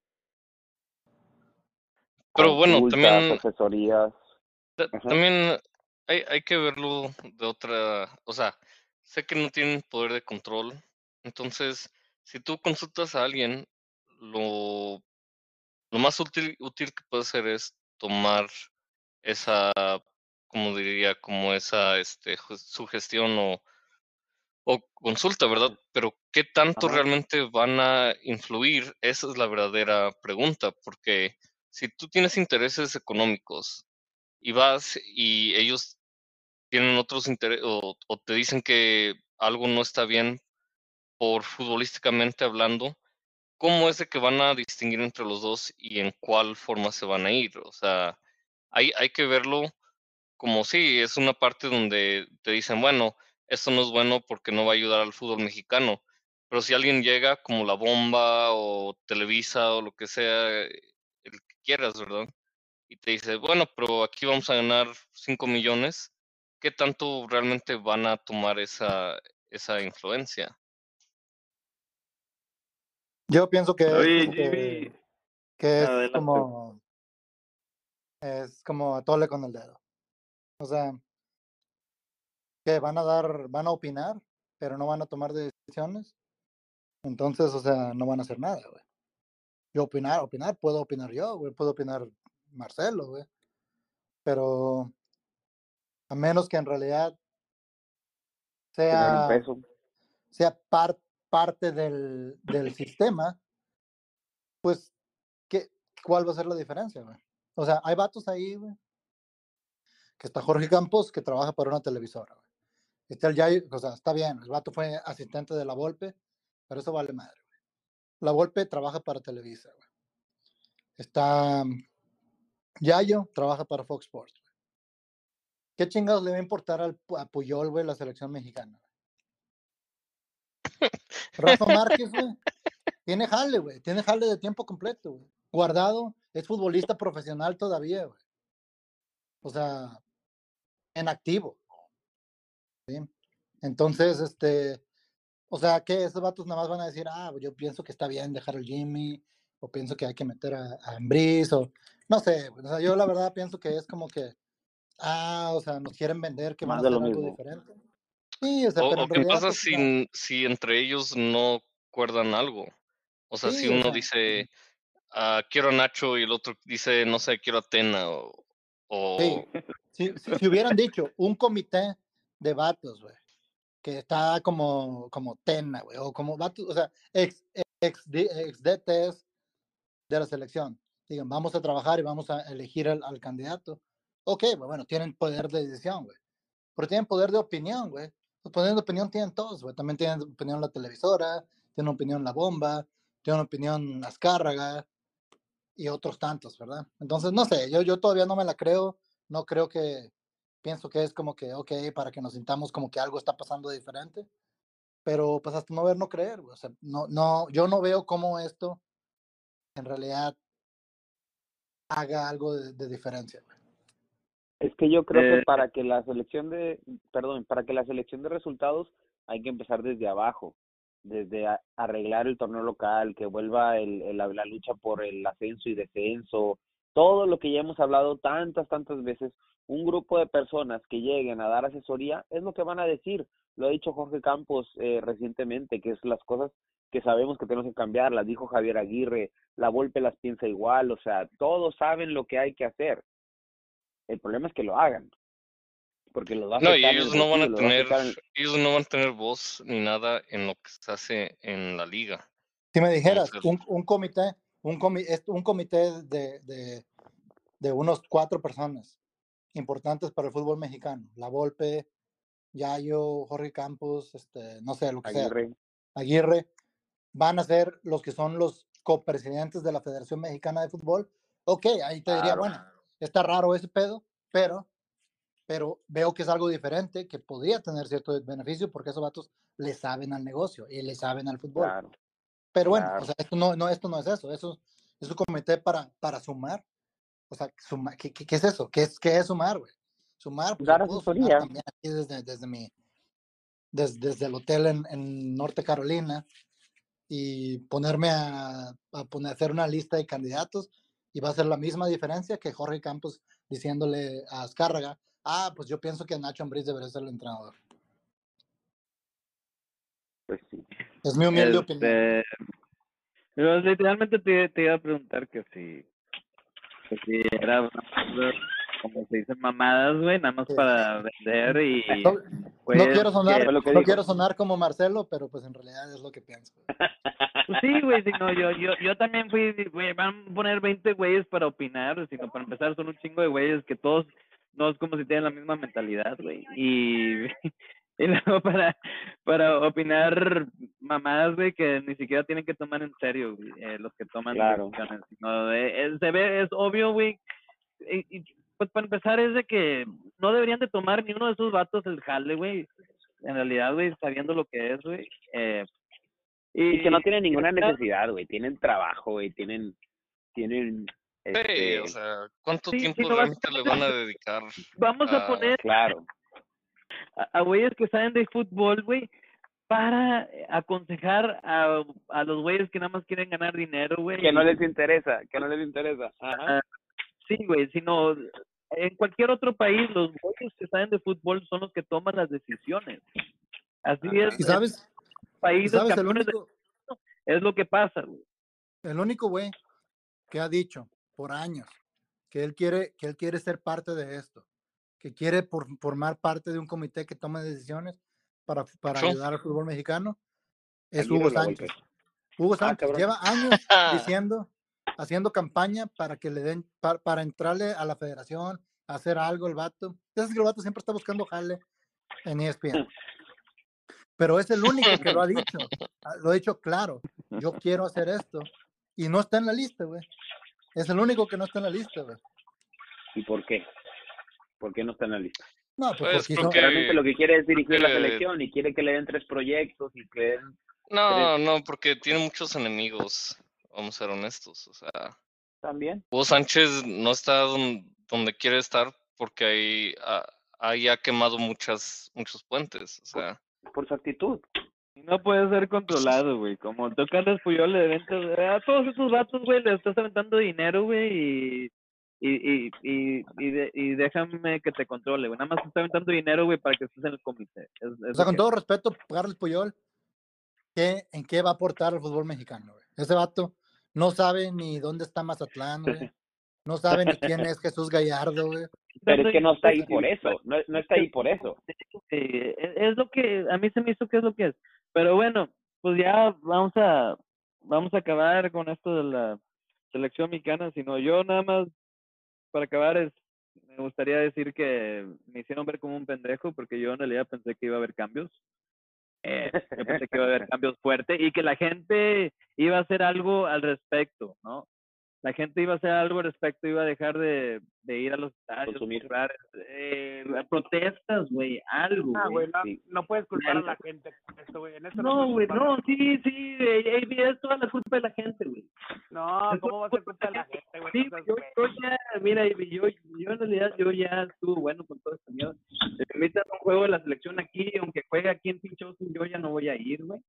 Pero bueno, Consultas, también, asesorías. ta- Ajá. también hay, hay que verlo de otra, o sea, sé que no tienen poder de control, entonces, si tú consultas a alguien, lo, lo más útil, útil que puede hacer es tomar esa como diría, como esa este, ju- sugestión o, o consulta, ¿verdad? Pero ¿qué tanto Ajá. realmente van a influir? Esa es la verdadera pregunta, porque si tú tienes intereses económicos y vas y ellos tienen otros intereses o, o te dicen que algo no está bien por futbolísticamente hablando, ¿cómo es de que van a distinguir entre los dos y en cuál forma se van a ir? O sea, hay, hay que verlo como sí, es una parte donde te dicen, bueno, esto no es bueno porque no va a ayudar al fútbol mexicano. Pero si alguien llega como La Bomba o Televisa o lo que sea, el que quieras, ¿verdad? Y te dice, bueno, pero aquí vamos a ganar cinco millones, ¿qué tanto realmente van a tomar esa, esa influencia? Yo pienso que es, Oye, Jimmy, este, que es adelante. como, es como atole con el dedo. O sea, que van a dar, van a opinar, pero no van a tomar decisiones. Entonces, o sea, no van a hacer nada, güey. Yo opinar, opinar, puedo opinar yo, güey, puedo opinar Marcelo, güey. Pero a menos que en realidad Tener un sea, peso. sea par- parte del, del sistema, pues, ¿qué, ¿cuál va a ser la diferencia, güey? O sea, hay vatos ahí, güey, que está Jorge Campos, que trabaja para una televisora, güey. Está el Yair, o sea, está bien, el vato fue asistente de La Volpe, pero eso vale madre, güey. La Volpe trabaja para Televisa, güey. Está um, Yayo, trabaja para Fox Sports, güey. ¿Qué chingados le va a importar al, a Puyol, güey, la selección mexicana? Rafa Márquez, güey, tiene jale, güey, tiene jale de tiempo completo, güey. Guardado es futbolista profesional todavía, güey. O sea, en activo, ¿sí? Entonces, este, o sea, que esos vatos nada más van a decir, ah, yo pienso que está bien dejar al Jimmy, o pienso que hay que meter a, a Ambriz, o no sé, o sea, yo la verdad pienso que es como que, ah, o sea, nos quieren vender que van Más a de lo hacer algo mismo. diferente. Sí, o sea, ¿O, pero o en qué realidad, pasa pues, o sea, si, si entre ellos no acuerdan algo? O sea, si sí, o uno sea, dice, ah, quiero a Nacho y el otro dice, no sé, quiero a Tena o, o sí. Si, si, si hubieran dicho un comité de vatos, güey, que está como, como Tena, güey, o como vatos, o sea, ex, ex, ex D Ts de la selección, digan, vamos a trabajar y vamos a elegir al, al candidato. Ok, bueno, tienen poder de decisión, güey. Pero tienen poder de opinión, güey. Los poderes de opinión tienen todos, güey. También tienen opinión la televisora, tienen opinión la bomba, tienen opinión Azcárraga y otros tantos, ¿verdad? Entonces, no sé, yo, yo todavía no me la creo. No creo que, pienso que es como que, ok, para que nos sintamos como que algo está pasando diferente. Pero pues hasta no ver, no creer, güey. O sea, no, no, yo no veo cómo esto en realidad haga algo de, de diferencia, güey. Es que yo creo que Eh, para que la selección de, perdón, para que la selección de resultados hay que empezar desde abajo, desde a- arreglar el torneo local, que vuelva el, el- la, la lucha por el ascenso y descenso, todo lo que ya hemos hablado tantas, tantas veces, un grupo de personas que lleguen a dar asesoría es lo que van a decir. Lo ha dicho Jorge Campos eh, recientemente, que es las cosas que sabemos que tenemos que cambiar, las dijo Javier Aguirre, la Volpe las piensa igual, o sea, todos saben lo que hay que hacer. El problema es que lo hagan, porque los va a no, y afectar en el ellos no van bolsillo, a los va a tener, afectar en... ellos no van a tener voz ni nada en lo que se hace en la liga. Si me Vamos dijeras, a ver. un, un comité, un, comi, un comité de, de, de unos cuatro personas importantes para el fútbol mexicano, La Volpe, Yayo, Jorge Campos, este, no sé, lo que sea, Aguirre, Aguirre, van a ser los que son los copresidentes de la Federación Mexicana de Fútbol. Ok, ahí te diría, claro, bueno, está raro ese pedo, pero, pero veo que es algo diferente, que podría tener cierto beneficio porque esos vatos le saben al negocio y le saben al fútbol. claro, Pero bueno, o claro. sea, esto no, no, esto no es eso, eso es un comité para, para sumar. O sea, suma, ¿qué, qué, ¿qué es eso? ¿Qué es, qué es sumar, güey? Sumar, pues yo Dar puedo sumar asesoría, también aquí desde, desde mi, desde, desde el hotel en, en Norte Carolina y ponerme a, a poner, hacer una lista de candidatos y va a ser la misma diferencia que Jorge Campos diciéndole a Azcárraga, ah, pues yo pienso que Nacho Ambriz debería ser el entrenador. pues sí. Es mi humilde opinión. este, pero literalmente te, te iba a preguntar que si, que si era como se dicen, mamadas, güey, nada más Sí. para vender y No, pues no quiero sonar, que- Fue lo que no dijo. quiero sonar como Marcelo, pero pues en realidad es lo que pienso. pues sí, güey, si no, yo, yo, yo también fui, güey, van a poner veinte güeyes para opinar, sino para empezar son un chingo de güeyes que todos, no es como si tienen la misma mentalidad, güey, y, y luego para, para opinar mamadas, güey, que ni siquiera tienen que tomar en serio, güey, eh, los que toman Claro. decisiones, sino de- es- se ve, es obvio, güey, y, y, pues para empezar es de que no deberían de tomar ni uno de esos vatos el jale, güey, en realidad, güey, sabiendo lo que es, güey, eh, Y que no tienen ninguna está- necesidad, güey. Tienen trabajo, güey. Tienen, tienen, Sí, este, o sea, ¿cuánto Sí, tiempo sí, no vas- realmente le van a dedicar? Vamos a a- poner claro. a a güeyes que saben de fútbol, güey, para aconsejar a, a los güeyes que nada más quieren ganar dinero, güey. Que no y- les interesa, que no les interesa. Ajá. ah, sí, güey, sino en cualquier otro país los güeyes que saben de fútbol son los que toman las decisiones. Así Ajá. es, ¿Y sabes? en países ¿Sabes? El campeones de- único, es lo que pasa, güey. el único güey que ha dicho por años que él quiere, que él quiere ser parte de esto, que quiere por- formar parte de un comité que tome decisiones para, para Ocho. ayudar al fútbol mexicano, es Aguirre Hugo o la Volpe. Sánchez. Hugo Ah, Sánchez cabrón. lleva años diciendo, haciendo campaña para que le den, para, para entrarle a la federación, a hacer algo el vato. Ya sabes que el vato siempre está buscando jale en E S P N. Pero es el único que lo ha dicho. Ah, Lo ha dicho claro. Yo quiero hacer esto. Y no está en la lista, güey. Es el único que no está en la lista, güey. ¿Y por qué? ¿Por qué no está en la lista? No, pues Pues porque hizo- porque- Realmente lo que quiere es dirigir la porque- selección y quiere que le den tres proyectos y que le den... No, no, porque tiene muchos enemigos, vamos a ser honestos. O sea, También. Hugo Sánchez no está don- donde quiere estar porque ahí, ah, ahí ha quemado muchas, muchos puentes. O sea, Por su actitud. Y no puede ser controlado, güey. Como tú Carlos Puyol le ventas a todos esos vatos, güey, le estás aventando dinero, güey, y y y y y, de- y déjame que te controle, güey. Nada más te está aventando dinero, güey, para que estés en el comité. Es, es O lo sea, con que- todo respeto, Carlos Puyol, ¿qué, ¿en qué va a aportar al fútbol mexicano, güey? Ese vato no sabe ni dónde está Mazatlán, güey. No sabe ni quién es Jesús Gallardo, güey. Pero es que no está ahí por eso. No, no está ahí por eso. Eh, es, es lo que a mí se me hizo que es lo que es. Pero bueno, pues ya vamos a vamos a acabar con esto de la selección mexicana, sino yo nada más para acabar es me gustaría decir que me hicieron ver como un pendejo porque yo en realidad pensé que iba a haber cambios. Eh, yo pensé que iba a haber cambios fuertes y que la gente iba a hacer algo al respecto, ¿no? La gente iba a hacer algo al respecto, iba a dejar de, de ir a los estadios, Consumir. comprar, eh, protestas, güey, algo, Ah, güey, güey. no, Sí. no puedes culpar a la gente por esto, güey. En esto No, puedes güey, culpar- no, sí, sí, eh, eh, es toda la culpa de la gente, güey. No, ¿cómo va a ser culpa de la gente, güey? Sí, No seas yo, güey. yo ya, mira, yo, yo en realidad yo ya estuvo bueno con todo esto miedo. Si me invitan a un juego de la selección aquí, aunque juegue aquí en pinche Austin, yo ya no voy a ir, güey.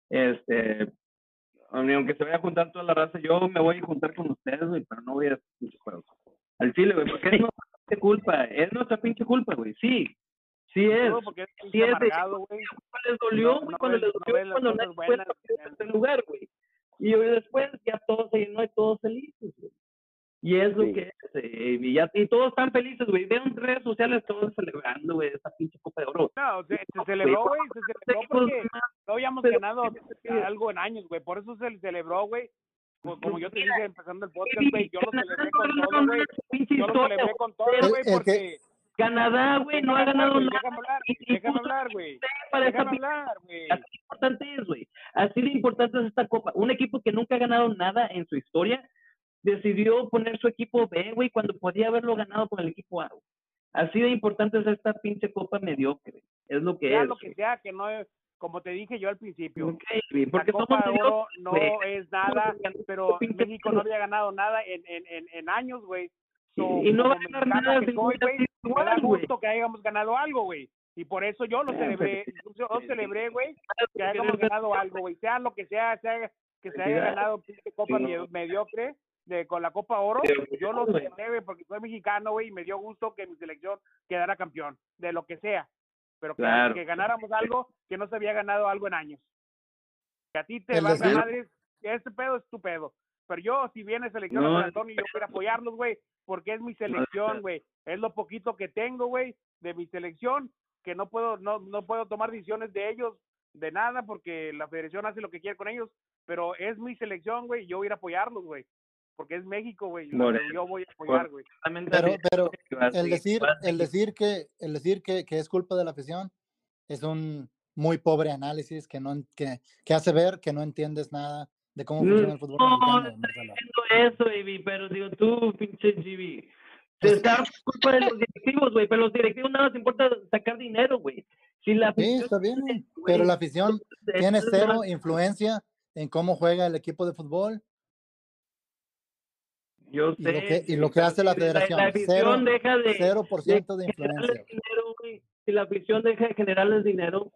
Este, aunque se vaya a juntar toda la raza, yo me voy a juntar con ustedes, güey, pero no voy a ir a pinche juegos. Al chile, güey, porque es nuestra pinche culpa, es nuestra pinche culpa, güey, sí, sí es. Todo porque es Sí pinche es de- amargado, güey. les dolió, No- güey, no cuando ves- les no dolió, ves las cuando cosas nadie fue el buenas, partido en güey. este lugar, güey. Y hoy después ya todo se llenó y todos felices, güey. Y es lo Sí. que es, eh, y, ya, y todos están felices, güey. Vean redes sociales todos celebrando, güey, esa pinche Copa de Oro. No, se, se celebró, güey, se celebró porque no habíamos Pero- ganado algo en años, güey. Por eso se celebró, güey. Como, como yo te dije empezando el podcast, güey, yo lo celebré con todo, güey. Yo lo celebré con todo, El- güey, el que- porque... Canadá, güey, no ha ganado güey, nada. Déjame hablar, Y- y déjame puso hablar, güey. para esta Déjame pinche- hablar, güey. Así de importante es, güey. Así de importante es esta copa. Un equipo que nunca ha ganado nada en su historia decidió poner su equipo B, güey, cuando podía haberlo ganado con el equipo A, güey. Así de importante es esta pinche copa mediocre. Es lo que Sea es. lo que güey. sea, que no es... Como te dije yo al principio, Ok, güey, porque la Copa somos de Oro mediocres, no güey. es nada, pero Pinche México no había ganado nada en, en, en, en años, güey. So, Y no como va a ganar mexicano nada que sin soy, güey, sin me igual, da güey. gusto que hayamos ganado algo, güey. Y por eso yo lo Ah, celebré, yo lo celebré, güey, que hayamos ganado algo, güey. Sea lo que sea, sea que se haya ganado pinche Copa medio- mediocre de, con la Copa Oro, yo lo celebré, güey, porque soy mexicano, güey, y me dio gusto que mi selección quedara campeón, de lo que sea. Pero que, Claro. que ganáramos algo que no se había ganado algo en años. Que a ti te El valga decir- madre, que este pedo es tu pedo. Pero yo, si viene selección No, a San Antonio, yo quiero apoyarlos, güey. porque es mi selección, güey. Es lo poquito que tengo, güey, de mi selección, que no puedo, no, no puedo tomar decisiones de ellos, de nada, porque la federación hace lo que quiere con ellos, pero es mi selección, güey, yo voy a ir a apoyarlos, güey, porque es México, güey, yo voy a apoyar, güey. Pero, pero el decir, el decir que, el decir que, que es culpa de la afición es un muy pobre análisis que no, que, que hace ver que no entiendes nada de cómo funciona el fútbol No, mexicano. no estoy diciendo eso, baby, pero digo tú, pinche G B. Te está culpa de los directivos, güey, pero los directivos nada les importa sacar dinero, güey. Si la Sí, afición, está bien, güey, pero la afición entonces, tiene entonces, cero influencia en cómo juega el equipo de fútbol Yo y sé, lo que, y güey, lo que pero hace si la la, federación. la afición Cero, deja de, cero por ciento de de generarles influencia. dinero, güey, si la afición deja de generarles dinero,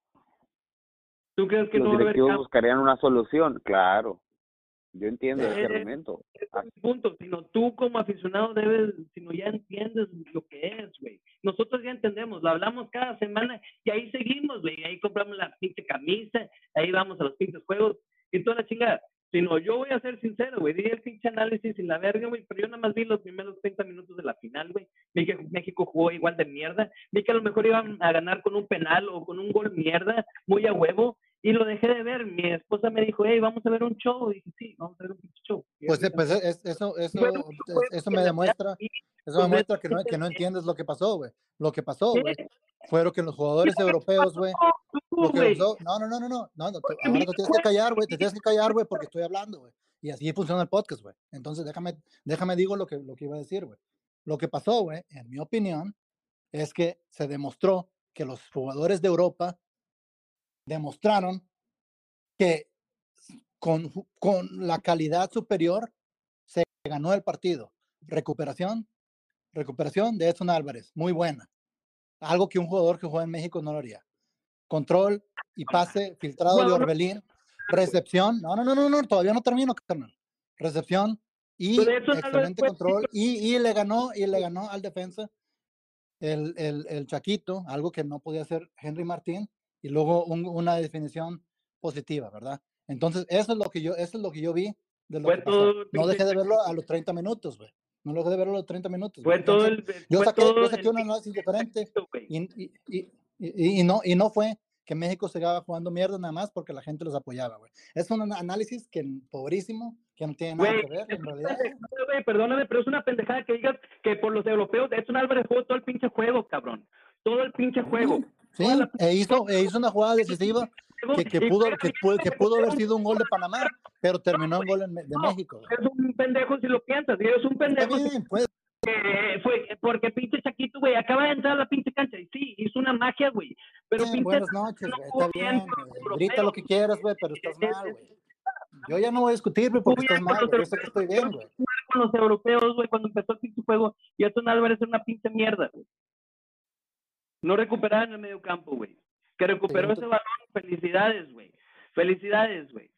¿tú crees que Los no va a haber directivos campo? buscarían una solución, claro. Yo entiendo ese Eh, argumento. ese es mi punto, sino tú como aficionado debes, sino ya entiendes lo que es, güey. Nosotros ya entendemos, lo hablamos cada semana y ahí seguimos, güey. Ahí compramos la pinche camisa, ahí vamos a los pinches juegos y toda la chingada. Sino yo voy a ser sincero, güey, di el pinche análisis y la verga, güey, pero yo nada más vi los primeros treinta minutos de la final, güey. Vi que México jugó igual de mierda, vi que a lo mejor iban a ganar con un penal o con un gol mierda, muy a huevo, y lo dejé de ver. Mi esposa me dijo, hey, vamos a ver un show, y dije, sí, vamos a ver un pinche show. Y Pues, así, pues es- eso, eso, fue un juego eso que me la demuestra, verdad, eso me demuestra que no, completamente que no entiendes lo que pasó, güey. Lo que pasó, ¿qué? güey, fueron que los jugadores europeos, güey, Tú, lo que güey. pasó, no, no, no, no, no, no, no, tú- Porque ahora vi te el tienes que juego, callar, güey, te güey. tienes que callar, güey, porque estoy hablando, güey. Y así funciona el podcast, güey. Entonces, déjame, déjame digo lo que, lo que iba a decir, güey. Lo que pasó, güey, en mi opinión, es que se demostró que los jugadores de Europa demostraron que con, con la calidad superior se ganó el partido. Recuperación, recuperación de Edson Álvarez, muy buena. Algo que un jugador que juega en México no lo haría. Control y pase filtrado de Jugador, Orbelín. Recepción, no, no, no, no, no, todavía no termino, carnal. Recepción y pero eso no lo excelente después, control. Y, y le ganó, y le ganó al defensa el, el, el Chaquito, algo que no podía hacer Henry Martín, y luego un, una definición positiva, ¿verdad? Entonces, eso es lo que yo, eso es lo que yo vi de lo fue que pasó. todo el No pinche dejé de verlo a Chaquito. los treinta minutos, güey. No dejé de verlo a los treinta minutos, Fue güey. todo Entonces, el, yo fue saqué, yo todo saqué el un análisis diferente Chaquito, güey. y, y, y, y, y no, y no fue que México se estaba jugando mierda nada más porque la gente los apoyaba, güey. Es un análisis que pobrísimo, que no tiene nada Güey, que ver es en una realidad. pendejada, güey, perdóname, pero es una pendejada que digas que por los europeos Edson Álvarez jugó todo el pinche juego, cabrón. Todo el pinche juego. Sí, Toda la e hizo, e hizo una jugada decisiva que, que, y pudo, juega que, bien, pudo, que güey, pudo haber un- sido un gol de Panamá, pero terminó en güey, gol en- de no, México, güey. es un pendejo si lo piensas, y es un Está pendejo si bien, pues. eh, fue porque pinche Chaquito, güey, acaba de entrar a la pinche cancha y sí, hizo una magia, güey, pero Bien, pinche buenas noches, no güey. jugó Está bien bien, con los güey. Grita lo europeos. que quieras, güey, pero estás Eh, mal, eh, güey. Yo ya no voy a discutir, güey, porque jugó estás bien con mal, los güey. Yo sé que europeos, estoy bien, güey. con los europeos, güey, cuando empezó el pinche juego, y Edson Álvarez era una pinche mierda, güey. No recuperaba en el medio campo, güey. Que recuperó Sí, ese balón, felicidades, güey. Felicidades, güey.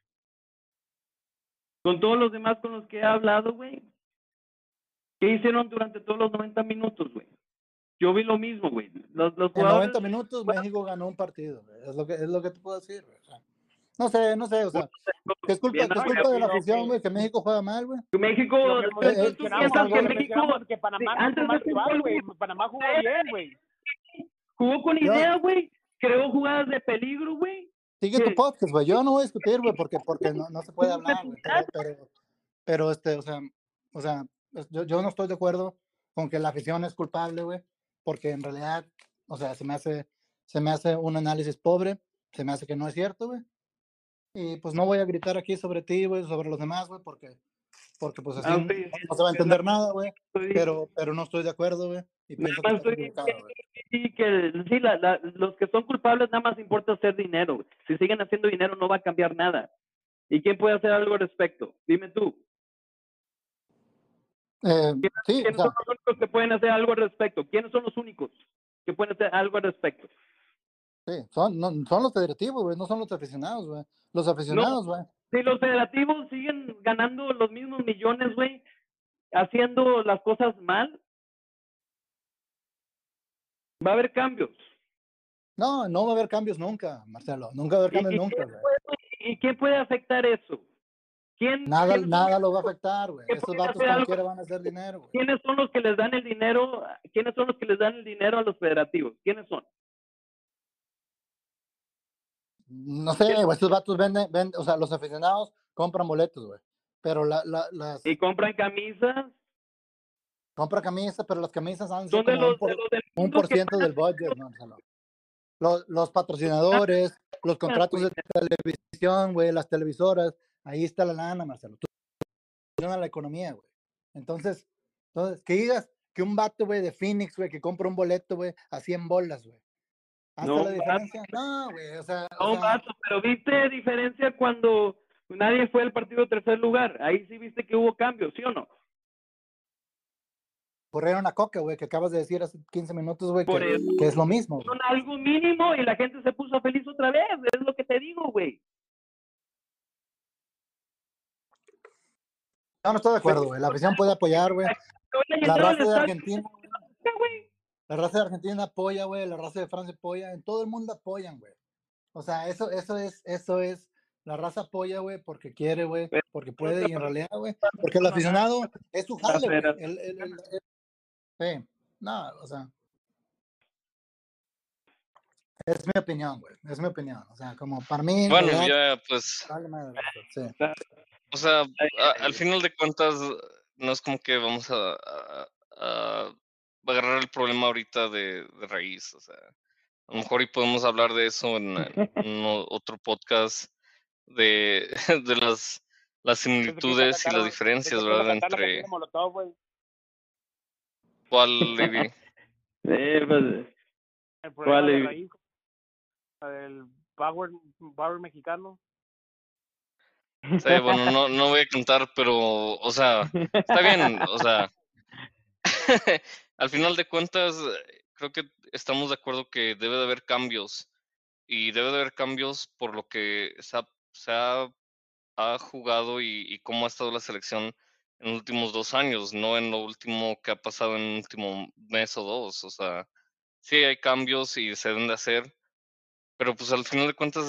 Con todos los demás con los que he hablado, güey. ¿Qué hicieron durante todos los noventa minutos, güey? Yo vi lo mismo, güey. Los, los En jugadores... noventa minutos México ganó un partido, güey. Es lo que, es lo que te puedo decir, güey. O sea, no sé, no sé, o sea, que es culpa, Bien, que es no, culpa de la lo afición, que- güey, que México juega mal, güey. México, Lo que tú, eh, tú- eh, tú mencionamos, piensas algo que de- México... mencionamos que Panamá sí, no antes hizo de mal ese rival, gol, güey. güey, Panamá jugó bien, güey. jugó con Yo- idea, güey. Creó jugadas de peligro, güey. Sigue tu que- podcast, güey. Yo no voy a discutir, güey, porque, porque no, no se puede tuvo que hablar, güey. Pero, pero, pero, este, o sea, o sea, es- yo, yo no estoy de acuerdo con que la afición es culpable, güey, porque en realidad, o sea, se me hace, se me hace un análisis pobre, se me hace que no es cierto, güey. Y pues no voy a gritar aquí sobre ti, güey, sobre los demás, güey, porque, porque pues así Ah, no, sí, no se va a es entender la- nada, güey. estoy- Pero, pero no estoy de acuerdo, güey, y Nada pienso que más estás estoy equivocado, güey. sí, que sí, la, la, los que son culpables nada más importa hacer dinero. Güey. Si siguen haciendo dinero no va a cambiar nada. ¿Y quién puede hacer algo al respecto? Dime tú. Eh, sí, o ¿Quiénes sea, son los únicos que pueden hacer algo al respecto? ¿Quiénes son los únicos que pueden hacer algo al respecto? sí, son, no, son los federativos, güey, no son los aficionados, güey. Los aficionados, güey. Si los federativos siguen ganando los mismos millones, güey, haciendo las cosas mal, va a haber cambios. No, no va a haber cambios nunca, Marcelo. Nunca va a haber ¿Y, cambios y nunca, quién güey. puede, ¿Y quién puede afectar eso? ¿Quién, Nada, quiénes son nada los- lo va a afectar, güey. que Esos pueden vatos hacer como algo? quiera van a hacer dinero, güey. ¿Quiénes son los que les dan el dinero? ¿Quiénes son los que les dan el dinero a los federativos? ¿Quiénes son? No sé, güey, estos vatos venden, venden, o sea, los aficionados compran boletos, güey. Pero la, la, las Y compran camisas. compra camisas, pero las camisas han sido Son de como un los, por, de los del un mundo por que ciento pagan del budget, ¿no? Marcelo? Los, los patrocinadores, los contratos de televisión, güey, las televisoras, ahí está la lana, Marcelo. Tú funciona la economía, güey. Entonces, entonces, que digas que un vato, güey, de Phoenix, güey, que compra un boleto, güey, a cien bolas, güey. ¿Hace No, la diferencia? No, güey, o sea, o No, sea, vato, pero viste diferencia cuando nadie fue al partido de tercer lugar. Ahí sí viste que hubo cambios, ¿sí o no? corrieron a Coca, güey, que acabas de decir hace quince minutos, güey, Por que, eso. que es lo mismo, güey. Son algo mínimo y la gente se puso feliz otra vez. Es lo que te digo, güey. No, no estoy de acuerdo, güey. La afición puede apoyar, güey. La raza de Argentina, güey. la raza de Argentina apoya, güey. La raza de Francia apoya. En todo el mundo apoyan, güey. O sea, eso, eso es, eso es. La raza apoya, güey, porque quiere, güey, porque puede y en realidad, güey, porque el aficionado es su jale, güey. El, el, el, el, sí, no, o sea, es mi opinión, güey, es mi opinión. O sea, como para mí, en Bueno, realidad, ya pues, vale madre, sí. o sea, a- al final de cuentas, no es como que vamos a, a- a agarrar el problema ahorita de, de raíz, o sea, a lo mejor y podemos hablar de eso en, en o- otro podcast de, de las, las similitudes y las diferencias, ¿verdad? Entre Molotov, güey. cuál, Levi. Sí, pues, El problema ¿Cuál, de Levi? raíz, el power, power mexicano. Sí, bueno, no, no voy a contar, pero, o sea, está bien, o sea, al final de cuentas, eh, creo que estamos de acuerdo que debe de haber cambios y debe de haber cambios por lo que se ha, se ha, ha jugado y, y cómo ha estado la selección en los últimos dos años, no en lo último que ha pasado en el último mes o dos, o sea, sí hay cambios y se deben de hacer, pero pues al final de cuentas,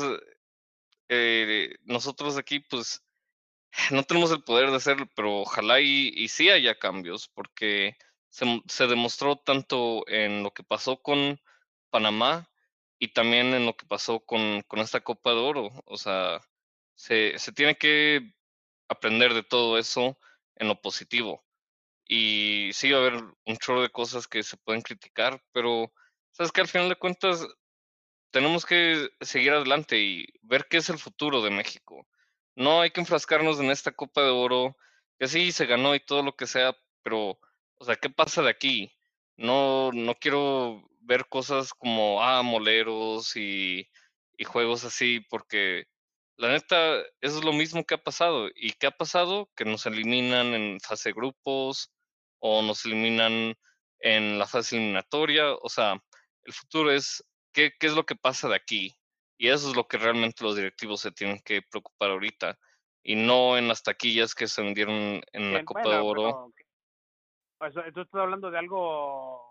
eh, nosotros aquí, pues, no tenemos el poder de hacerlo, pero ojalá y, y sí haya cambios, porque se, m- se demostró tanto en lo que pasó con Panamá y también en lo que pasó con, con esta Copa de Oro. O sea, se, se tiene que aprender de todo eso en lo positivo. Y sí va a haber un chorro de cosas que se pueden criticar, pero sabes que al final de cuentas tenemos que seguir adelante y ver qué es el futuro de México. No hay que enfrascarnos en esta Copa de Oro, que sí se ganó y todo lo que sea, pero, o sea, ¿qué pasa de aquí? No, no quiero ver cosas como, ah, moleros y, y juegos así, porque la neta, eso es lo mismo que ha pasado. ¿Y qué ha pasado? Que nos eliminan en fase de grupos o nos eliminan en la fase eliminatoria. O sea, el futuro es ¿Qué, qué es lo que pasa de aquí? Y eso es lo que realmente los directivos se tienen que preocupar ahorita. Y no en las taquillas que se vendieron en la Bien, Copa de bueno, Oro. pero eso, tú estás hablando de algo,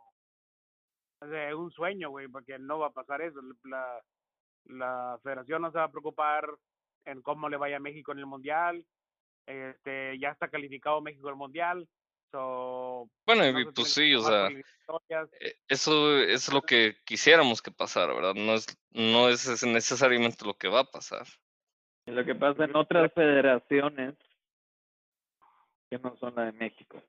de un sueño, güey, porque no va a pasar eso. La, la federación no se va a preocupar en cómo le vaya a México en el Mundial. Este, ya está calificado México al Mundial. So, Bueno, no y se pues tienen que sí, o preocupar por sea, eliminatorias. eh, eso es lo que quisiéramos que pasara, ¿verdad? No es, no es es necesariamente lo que va a pasar. Lo que pasa en otras federaciones que no son la de México.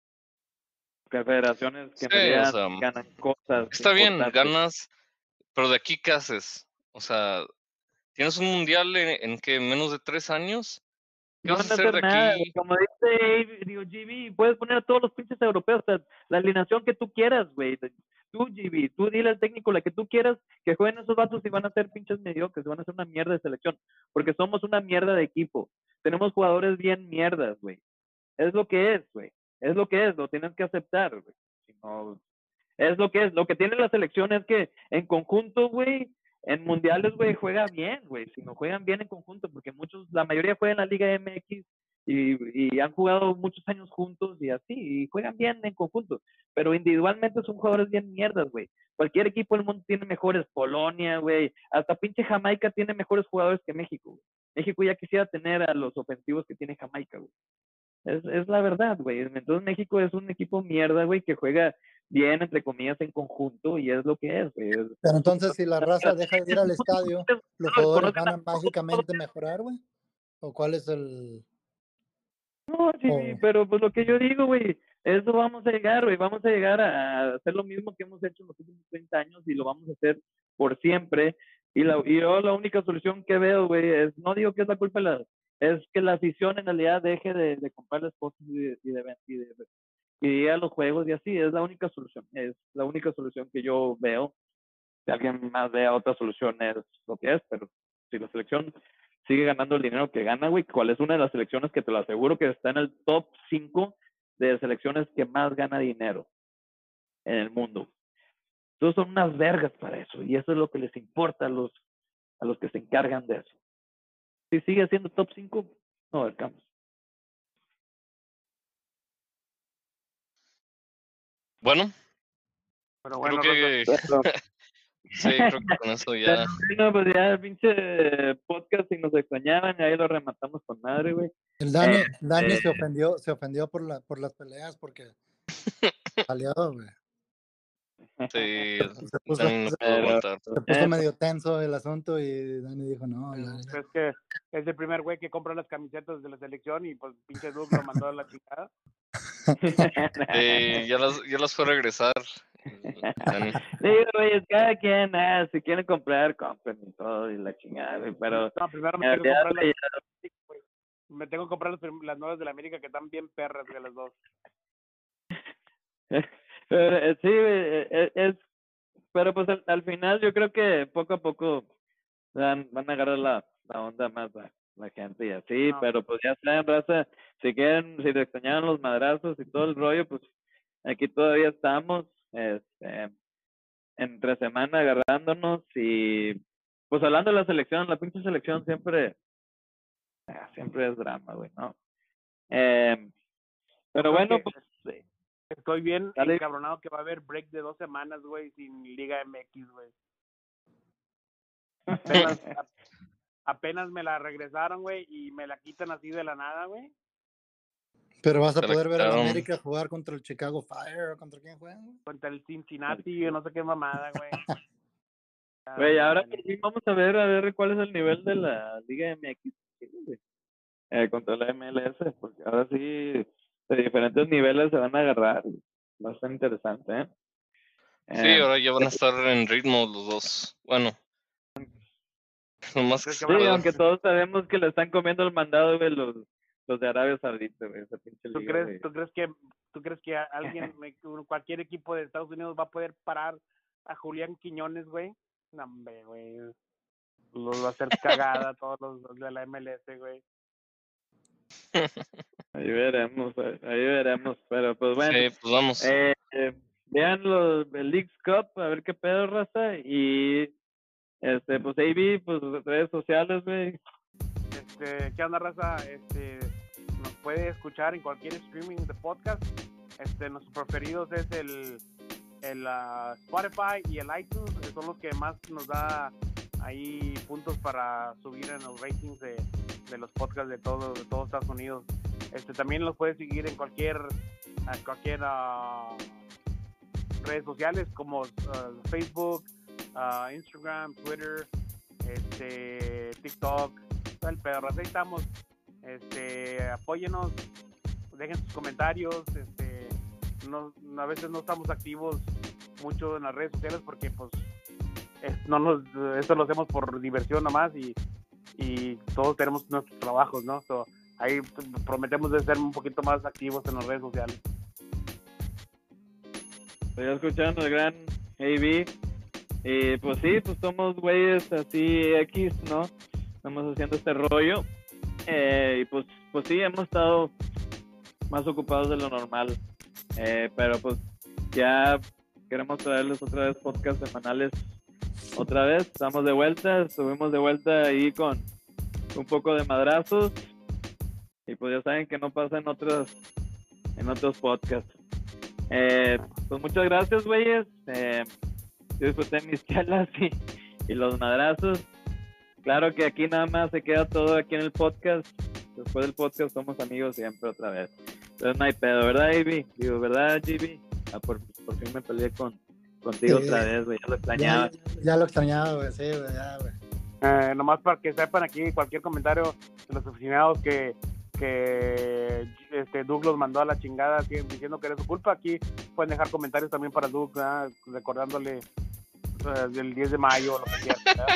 Que federaciones que Sí, en o realidad sea, ganan cosas está bien, importantes. ganas, pero de aquí, ¿qué haces? O sea, ¿tienes un mundial en, en que menos de tres años? ¿Qué No vas a van a hacer de hacer nada, aquí? como dice digo, G B, puedes poner a todos los pinches europeos, o sea, la alineación que tú quieras, güey. Tú, G B, tú dile al técnico la que tú quieras, que jueguen esos vatos y van a ser pinches mediocres, van a ser una mierda de selección, porque somos una mierda de equipo. Tenemos jugadores bien mierdas, güey. Es lo que es, güey. Es lo que es, lo tienes que aceptar, güey. Si no, es lo que es. Lo que tiene la selección es que en conjunto, güey, en mundiales, güey, juega bien, güey. Si no juegan bien en conjunto, porque muchos, la mayoría juegan en la Liga M X y, y han jugado muchos años juntos y así, y juegan bien en conjunto. Pero individualmente son jugadores bien mierdas, güey. Cualquier equipo del mundo tiene mejores. Polonia, güey. Hasta pinche Jamaica tiene mejores jugadores que México, güey. México ya quisiera tener a los ofensivos que tiene Jamaica, güey. Es, es la verdad, güey. Entonces México es un equipo mierda, güey, que juega bien, entre comillas, en conjunto, y es lo que es, güey. Es- Pero entonces, si la raza deja de ir al estadio, ¿los jugadores van a mágicamente mejorar, güey? ¿O cuál es el...? No, sí, Oh. pero pues lo que yo digo, güey, eso vamos a llegar, güey, vamos a llegar a hacer lo mismo que hemos hecho en los últimos treinta años y lo vamos a hacer por siempre. Y, la, y yo la única solución que veo, güey, es, no digo que es la culpa de la, es que la afición en realidad deje de, de comprarles cosas y de, y de, y de, y de ir a los juegos y así, es la única solución, es la única solución que yo veo. Si alguien más vea otra solución es lo que es, pero si la selección sigue ganando el dinero que gana, güey, ¿cuál es una de las selecciones que te lo aseguro que está en el top cinco de selecciones que más gana dinero en el mundo? Entonces son unas vergas para eso, y eso es lo que les importa a los, a los que se encargan de eso. Si sigue siendo top cinco, no abarcamos. Bueno, Pero creo bueno, que Raza, sí, creo que con eso ya. Bueno, pues ya el pinche podcast, si nos extrañaban, ahí lo rematamos con madre, güey. El Dani, Eh, Dani eh, se ofendió, se ofendió por la, por las peleas porque salió, güey. Sí, Se puso, Dani no se, pudo Pero- aguantar. se puso Eh, medio tenso el asunto y Dani dijo, no, ya, ya. es que es el primer güey que compra las camisetas de la selección y pues pinche Doug lo mandó a la chingada. Eh, ya las, ya las fue a regresar. Dani. Digo, güey, es cada quien, ah, si quieren comprar, compren y todo, y la chingada, güey, pero No, primero me en tengo que realidad, comprar güey, las, me tengo que comprar las, prim- las nuevas de la América que están bien perras de las dos. pero, eh, sí, güey, eh, eh, es, pero pues al, al final yo creo que poco a poco van, van a agarrar la, la onda más la, la gente y así, No. pero pues ya saben, raza, si quieren, si te extrañaban los madrazos y todo el rollo, pues aquí todavía estamos, este, entre semana agarrándonos y pues hablando de la selección, la pinche selección siempre, ah, siempre es drama, güey, ¿no? Eh, pero Yo creo bueno, que pues sí. estoy bien Dale. encabronado que va a haber break de dos semanas, güey, sin Liga M X, güey. Apenas, a- apenas me la regresaron, güey, y me la quitan así de la nada, güey. Pero vas a Se la poder ver a la quitaron. América jugar contra el Chicago Fire o contra quién juegan, güey. Contra el Cincinnati, yo no sé qué mamada, güey. Ya, Güey, ahora madre. sí vamos a ver a ver cuál es el nivel de la Liga M X, sí, güey, eh, contra la M L S, porque ahora sí de diferentes niveles se van a agarrar, va a ser interesante, ¿eh? Sí, Eh, ahora ya van a estar en ritmo los dos. Bueno, nomás que ¿Crees se que van a- sí, pueda. aunque todos sabemos que le están comiendo el mandado, güey, los, los de Arabia Saudita, güey, esa pinche ¿Tú liga, crees, güey. ¿Tú crees que tú crees que a- alguien, me- cualquier equipo de Estados Unidos va a poder parar a Julián Quiñones, güey? No, hombre, güey. Los va a hacer cagada a todos los, los de la M L S, güey. Ahí veremos, ahí ahí veremos, pero pues bueno, Sí, pues vamos. eh, eh, vean los el Leagues Cup, a ver qué pedo, raza, y este, pues A B, pues redes sociales, güey. Este, ¿qué onda, raza? Este, nos puede escuchar en cualquier streaming de podcast. Este, nuestros preferidos es el, el ah, Spotify y el iTunes, que son los que más nos da ahí puntos para subir en los ratings de, de los podcasts de todo, de todos Estados Unidos. Este, también los puede seguir en cualquier, en cualquier ah, redes sociales como ah, Facebook, ah, Instagram, Twitter, este, TikTok, todo el pedo. Ahí estamos. Este, apóyenos, dejen sus comentarios. Este, no, a veces no estamos activos mucho en las redes sociales porque pues es, no nos, esto lo hacemos por diversión nomás y, y todos tenemos nuestros trabajos, ¿no? So, ahí prometemos de ser un poquito más activos en las redes sociales. Estoy escuchando el gran A B. Y pues sí, pues somos güeyes así X, ¿no? Estamos haciendo este rollo. Eh, y pues, pues sí, hemos estado más ocupados de lo normal. Eh, pero pues ya queremos traerles otra vez podcast semanales. Otra vez, estamos de vuelta. Estuvimos de vuelta ahí con un poco de madrazos. Y pues ya saben que no pasa en otros, en otros podcasts. Eh, pues muchas gracias, güeyes. Eh, yo disfruté mis charlas y, y los madrazos. Claro que aquí nada más se queda todo aquí en el podcast. Después del podcast somos amigos siempre otra vez. Entonces no hay pedo, ¿verdad, A B? Digo, ¿verdad, G B? Ah, por, por fin me peleé con, contigo Sí. otra vez, güey. Ya lo extrañaba. Ya, ya lo extrañaba, güey, sí, güey, ya, güey. Eh, nomás para que sepan aquí cualquier comentario de los aficionados que, que este Doug los mandó a la chingada así, diciendo que era su culpa. Aquí pueden dejar comentarios también para Doug, ¿verdad? Recordándole eh, del diez de mayo o lo que quieran,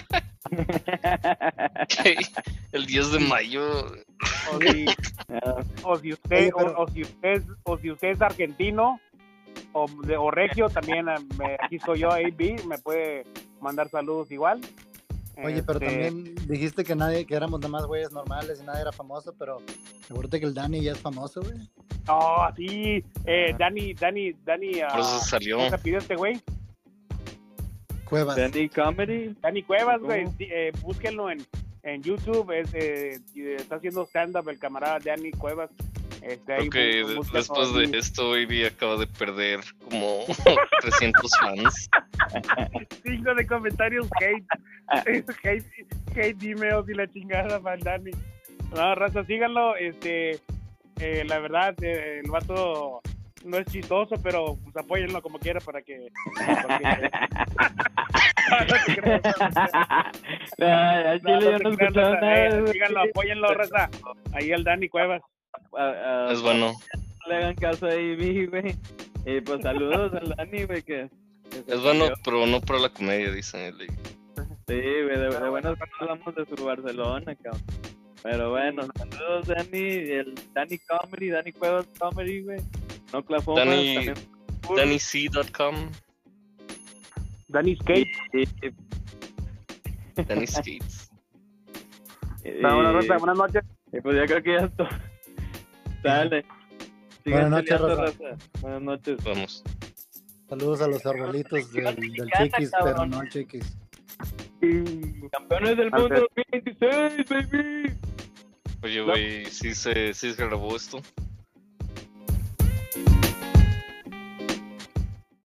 El diez de mayo. o si, o si usted Oye, pero- o, o si usted o si usted es argentino o, de, o regio también, eh, me, aquí estoy yo, A B, me puede mandar saludos igual. Oye, pero Este, también dijiste que nadie, que éramos nada más güeyes normales y nadie era famoso, pero seguro que el Dani ya es famoso, güey. oh, sí, eh, Dani, Dani, Dani, ah, Por eso salió. ¿cómo se pidió este güey? Cuevas. Danny Comedy. Dani Cuevas, ¿Cómo? güey, sí, eh, búsquenlo en, en YouTube, es, eh, está haciendo stand-up el camarada Dani Cuevas. Este, ahí Creo que bú- de- búsquenlo después ahí. de esto, Baby acaba de perder como trescientos fans. Signo de comentarios hate, hate, hate emails y la chingada para el Dani. No, raza, síganlo, este, eh, la verdad, eh, el vato no es chistoso, pero pues apóyenlo como quiera para que... para que- No te creas, no te creas. Ay, al No, chile no yo no te creas, escuchaba raza, nada. eh, güey. síganlo, apóyenlo, raza. Ahí el Dani Cuevas. Ah, ah, Es bueno. No le hagan caso a A B, güey. Y pues saludos al Dani, güey, que... que se Es bueno, cambió. pero no para la comedia, dicen. Sí, güey, de, de buenas hablamos de su Barcelona, cabrón. Pero bueno, saludos, Dani, el Dani Comedy, Dani Cuevas Comedy, güey. No clafomas, Dani- también. Danny C punto com. Dani Skate. Y, y- Danny Skates. y- Bueno, bueno, raza, buenas noches. y pues ya creo que ya es todo. Dale. Sigan Buenas noches, peleando, raza. raza. Buenas noches. Vamos. Saludos a los arbolitos del, del Mexicana, Chiquis, pero cabrón. no al Chiquis. Campeones del mundo dos mil veintiséis, baby. Oye, güey, ¿sí se, sí se grabó esto?